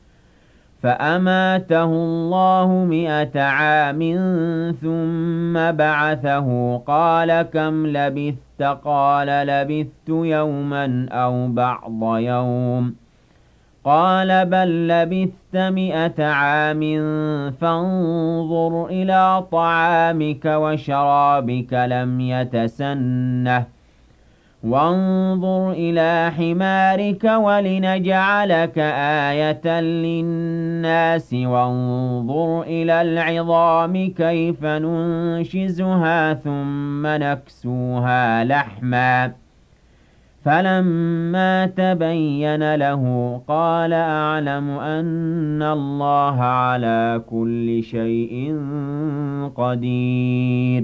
Speaker 1: فأماته الله 100 عام ثم بعثه قال كم لبثت قال لبثت يوما أو بعض يوم قال بل لبثت 100 عام فانظر إلى طعامك وشرابك لم يتسنه وانظر إلى حمارك ولنجعلك آية للناس وانظر إلى العظام كيف ننشزها ثم نكسوها لحما فلما تبين له قال أعلم أن الله على كل شيء قدير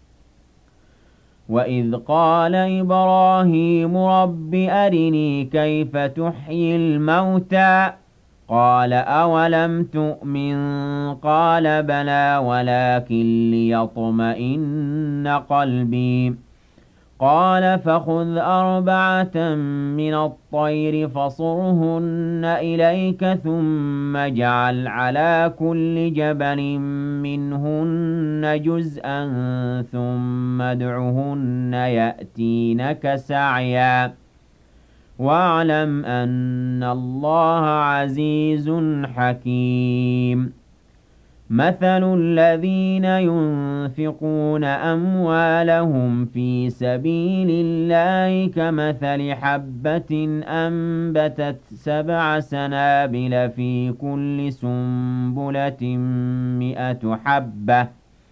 Speaker 1: وإذ قال إبراهيم رب أرني كيف تحيي الموتى قال أولم تؤمن قال بلى ولكن ليطمئن قلبي قال فخذ 4 من الطير فصرهن إليك ثم اجعل على كل جبل منهن جزءا ثم ادعهن يأتينك سعيا واعلم أن الله عزيز حكيم مثل الذين ينفقون أموالهم في سبيل الله كمثل حبة أنبتت 7 سنابل في كل سنبلة 100 حبة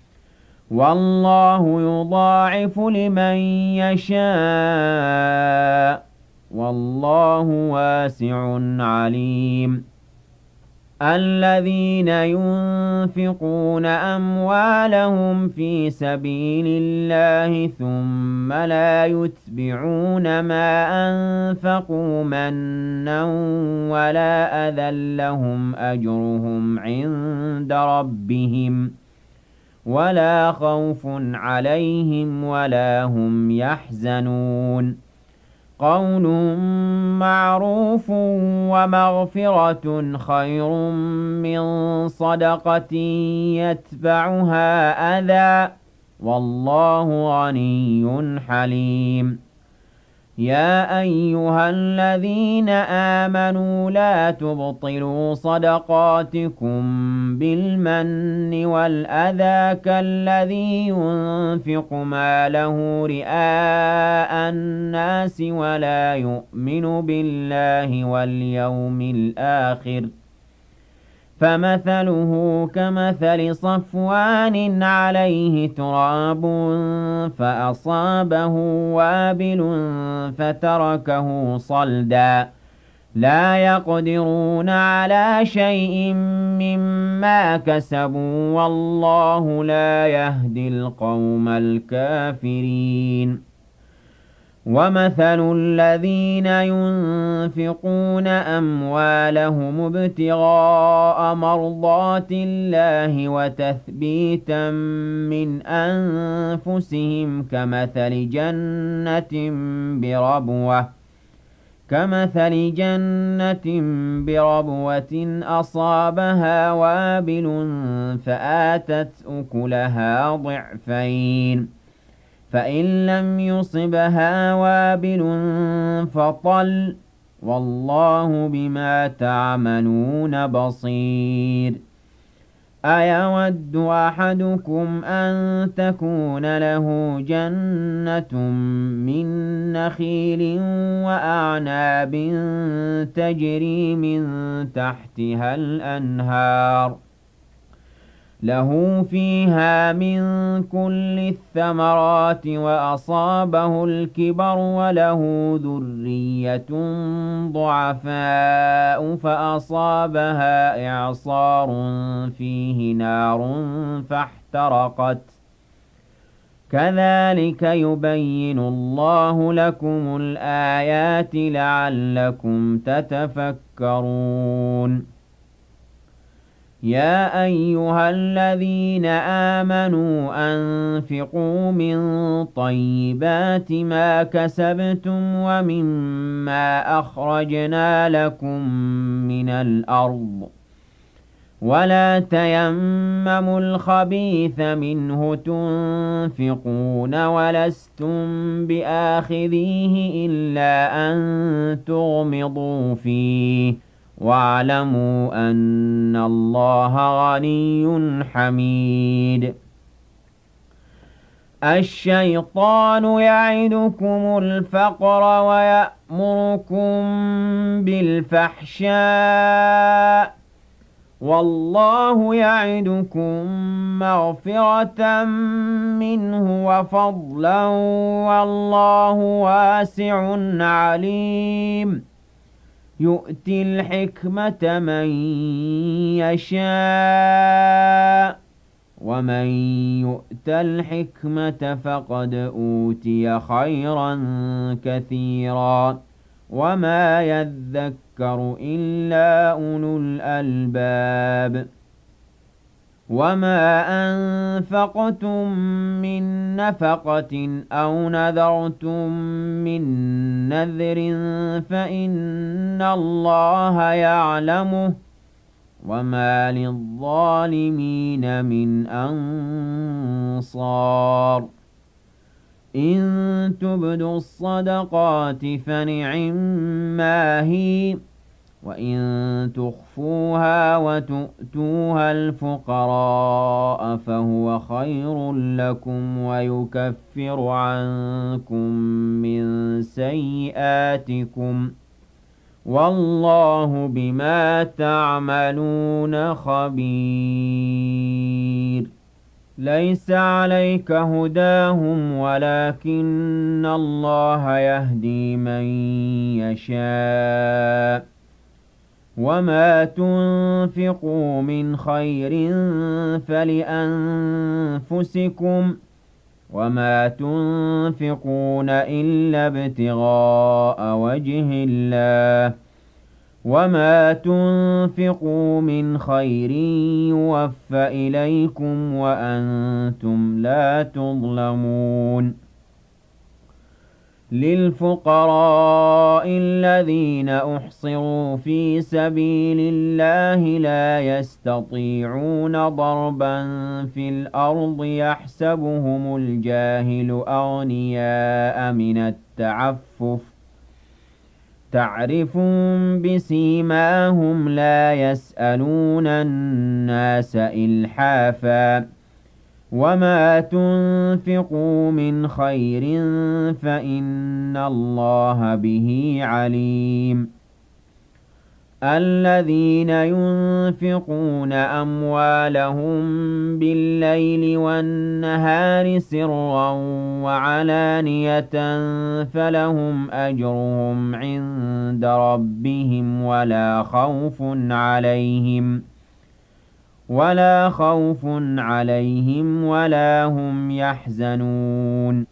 Speaker 1: والله يضاعف لمن يشاء والله واسع عليم الذين ينفقون أموالهم في سبيل الله ثم لا يتبعون ما أنفقوا منا ولا أذى لهم أجرهم عند ربهم ولا خوف عليهم ولا هم يحزنون قول معروف ومغفرة خير من صدقة يتبعها أذى والله غني حليم يا أيها الذين آمنوا لا تبطلوا صدقاتكم بالمن والأذى كالذي ينفق ماله رئاء الناس ولا يؤمن بالله واليوم الآخر فمثله كمثل صفوان عليه تراب فأصابه وابل فتركه صلدا لا يقدرون على شيء مما كسبوا والله لا يهدي القوم الكافرين ومثل الذين ينفقون أموالهم ابتغاء مرضات الله وتثبيتا من أنفسهم كمثل جنة بربوة كمثل جنة بربوة أصابها وابل فآتت أكلها ضعفين فإن لم يصبها وابل فطل والله بما تعملون بصير أيود أحدكم أن تكون له جنة من نخيل وأعناب تجري من تحتها الأنهار له فيها من كل الثمرات وأصابه الكبر وله ذرية ضعفاء فأصابها إعصار فيه نار فاحترقت كذلك يبين الله لكم الآيات لعلكم تتفكرون يا أيها الذين آمنوا أنفقوا من طيبات ما كسبتم ومما أخرجنا لكم من الأرض ولا تيمموا الخبيث منه تنفقون ولستم بآخذيه إلا أن تغمضوا فيه واعلموا أن الله غني حميد الشيطان يعدكم الفقر ويأمركم بالفحشاء والله يعدكم مغفرة منه وفضلا والله واسع عليم يؤتي الحكمة من يشاء ومن يؤت الحكمة فقد أوتي خيرا كثيرا وما يذكر إلا أولو الألباب وما أنفقتم من نفقة أو نذرتم من نذر فإن الله يعلمه وما للظالمين من أنصار إن تبدوا الصدقات فنعما هي وإن تخفوها وتؤتوها الفقراء فهو خير لكم ويكفر عنكم من سيئاتكم والله بما تعملون خبير ليس عليك هداهم ولكن الله يهدي من يشاء وما تنفقوا من خير فلأنفسكم وما تنفقون إلا ابتغاء وجه الله وما تنفقوا من خير يوفى إليكم وأنتم لا تظلمون للفقراء الذين أحصروا في سبيل الله لا يستطيعون ضربا في الأرض يحسبهم الجاهل أغنياء من التعفف تعرفهم بسيماهم لا يسألون الناس إلحافا وما تنفقوا من خير فإن الله به عليم الذين ينفقون أموالهم بالليل والنهار سرا وعلانية فلهم أجرهم عند ربهم ولا خوف عليهم ولا هم يحزنون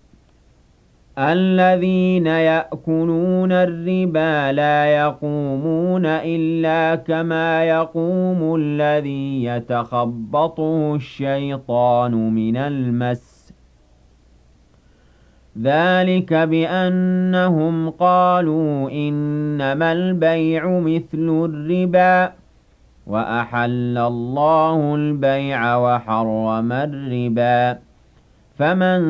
Speaker 1: الذين يأكلون الربا لا يقومون إلا كما يقوم الذي يتخبطه الشيطان من المس ذلك بأنهم قالوا إنما البيع مثل الربا وأحل الله البيع وحرم الربا فمن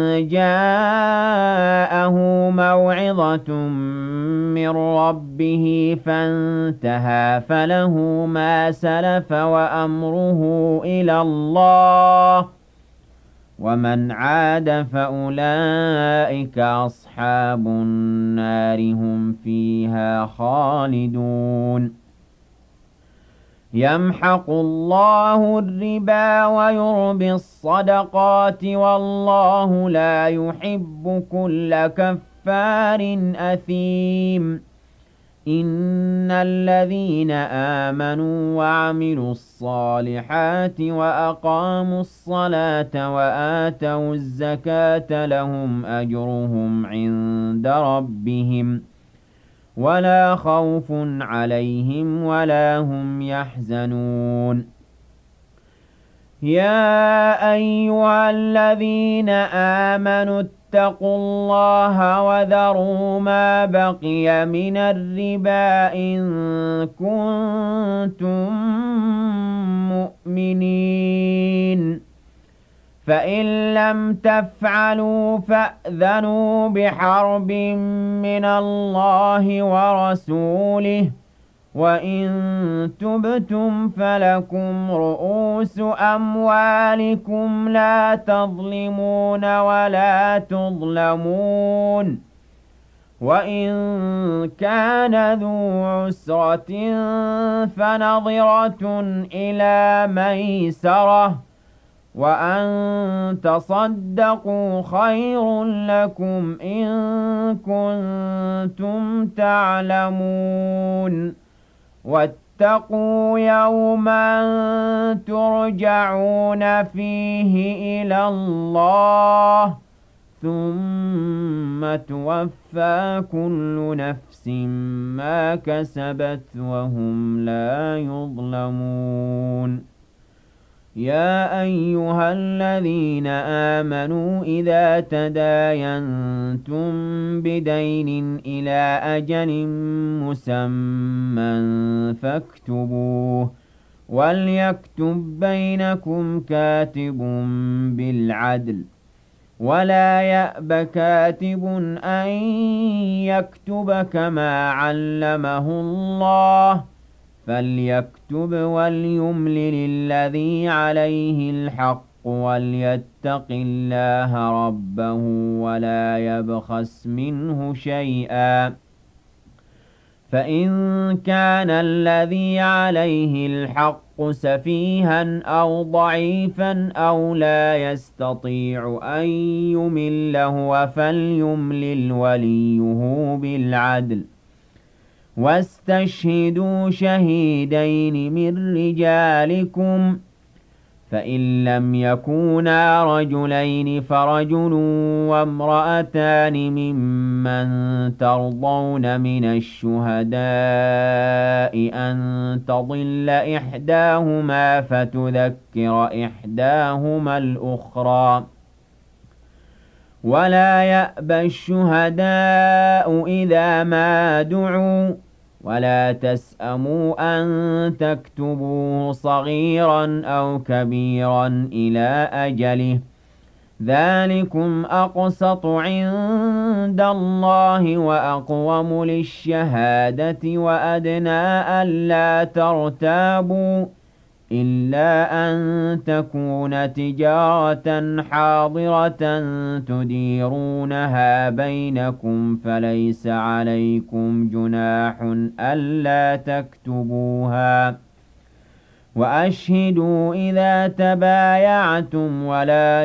Speaker 1: جاءه موعظة من ربه فانتهى فله ما سلف وأمره إلى الله ومن عاد فأولئك أصحاب النار هم فيها خالدون يمحق الله الربا ويربي الصدقات والله لا يحب كل كفار أثيم إن الذين آمنوا وعملوا الصالحات وأقاموا الصلاة وآتوا الزكاة لهم أجرهم عند ربهم ولا خوف عليهم ولا هم يحزنون يا أيها الذين آمنوا اتقوا الله وذروا ما بقي من الربا إن كنتم مؤمنين فإن لم تفعلوا فأذنوا بحرب من الله ورسوله وإن تبتم فلكم رؤوس أموالكم لا تظلمون ولا تظلمون وإن كان ذو عسرة فنظرة إلى ميسرة وأن تصدقوا خير لكم إن كنتم تعلمون واتقوا يوما ترجعون فيه إلى الله ثم توفى كل نفس ما كسبت وهم لا يظلمون يا أيها الذين آمنوا إذا تداينتم بدين إلى أجل مسمى فاكتبوه وليكتب بينكم كاتب بالعدل ولا يأب كاتب أن يكتب كما علمه الله فليكتب وليملل الذي عليه الحق وليتق الله ربه ولا يبخس منه شيئا فإن كان الذي عليه الحق سفيها أو ضعيفا أو لا يستطيع أن يمل هو فليملل وليه بالعدل واستشهدوا شهيدين من رجالكم فإن لم يكونا رجلين فرجل وامرأتان ممن ترضون من الشهداء أن تضل إحداهما فتذكر إحداهما الأخرى ولا يأبى الشهداء إذا ما دعوا ولا تسأموا أن تكتبوه صغيرا أو كبيرا إلى أجله ذلكم أقسط عند الله وأقوم للشهادة وأدنى ألا ترتابوا إلا أن تكون تجارة حاضرة تديرونها بينكم فليس عليكم جناح ألا تكتبوها وأشهدوا إذا تبايعتم ولا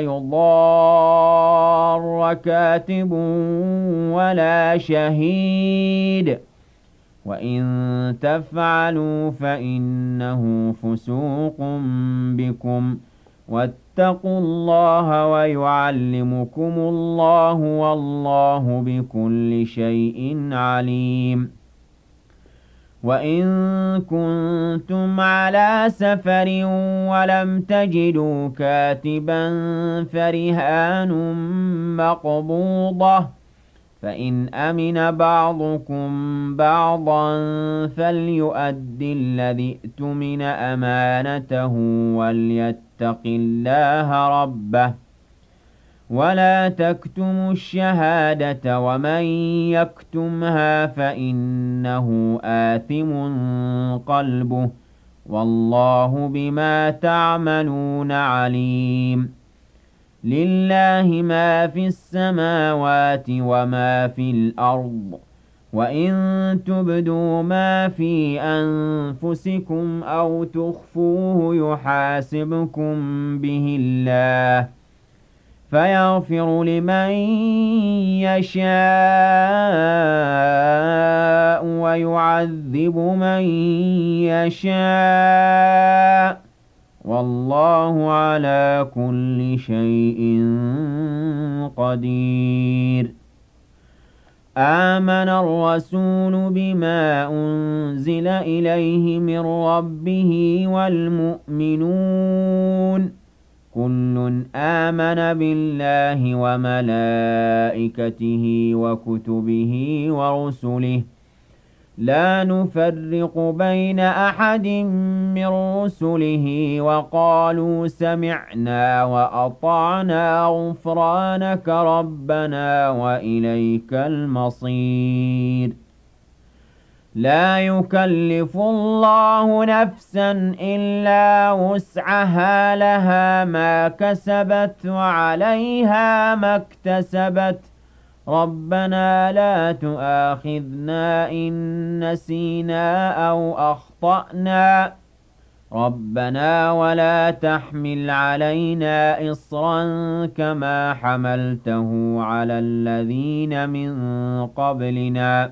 Speaker 1: يضار كاتب ولا شهيد وإن تفعلوا فإنه فسوق بكم واتقوا الله ويعلمكم الله والله بكل شيء عليم وإن كنتم على سفر ولم تجدوا كاتبا فرهان مقبوضة فإن أمن بعضكم بعضا فليؤد الذي اؤتمن أمانته وليتق الله ربه ولا تكتموا الشهادة ومن يكتمها فإنه آثم قلبه والله بما تعملون عليم لله ما في السماوات وما في الأرض وإن تبدوا ما في أنفسكم أو تخفوه يحاسبكم به الله فيغفر لمن يشاء ويعذب من يشاء والله على كل شيء قدير آمن الرسول بما أنزل إليه من ربه والمؤمنون كل آمن بالله وملائكته وكتبه ورسله لا نفرق بين أحد من رسله وقالوا سمعنا وأطعنا غفرانك ربنا وإليك المصير لا يكلف الله نفسا إلا وسعها لها ما كسبت وعليها ما اكتسبت ربنا لا تؤاخذنا إن نسينا أو أخطأنا ربنا ولا تحمل علينا إصرا كما حملته على الذين من قبلنا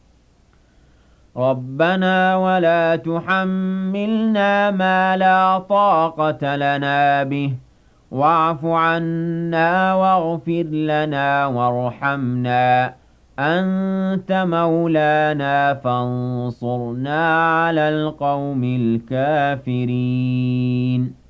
Speaker 1: ربنا ولا تحملنا ما لا طاقة لنا به واعف عنا واغفر لنا وارحمنا أنت مولانا فانصرنا على القوم الكافرين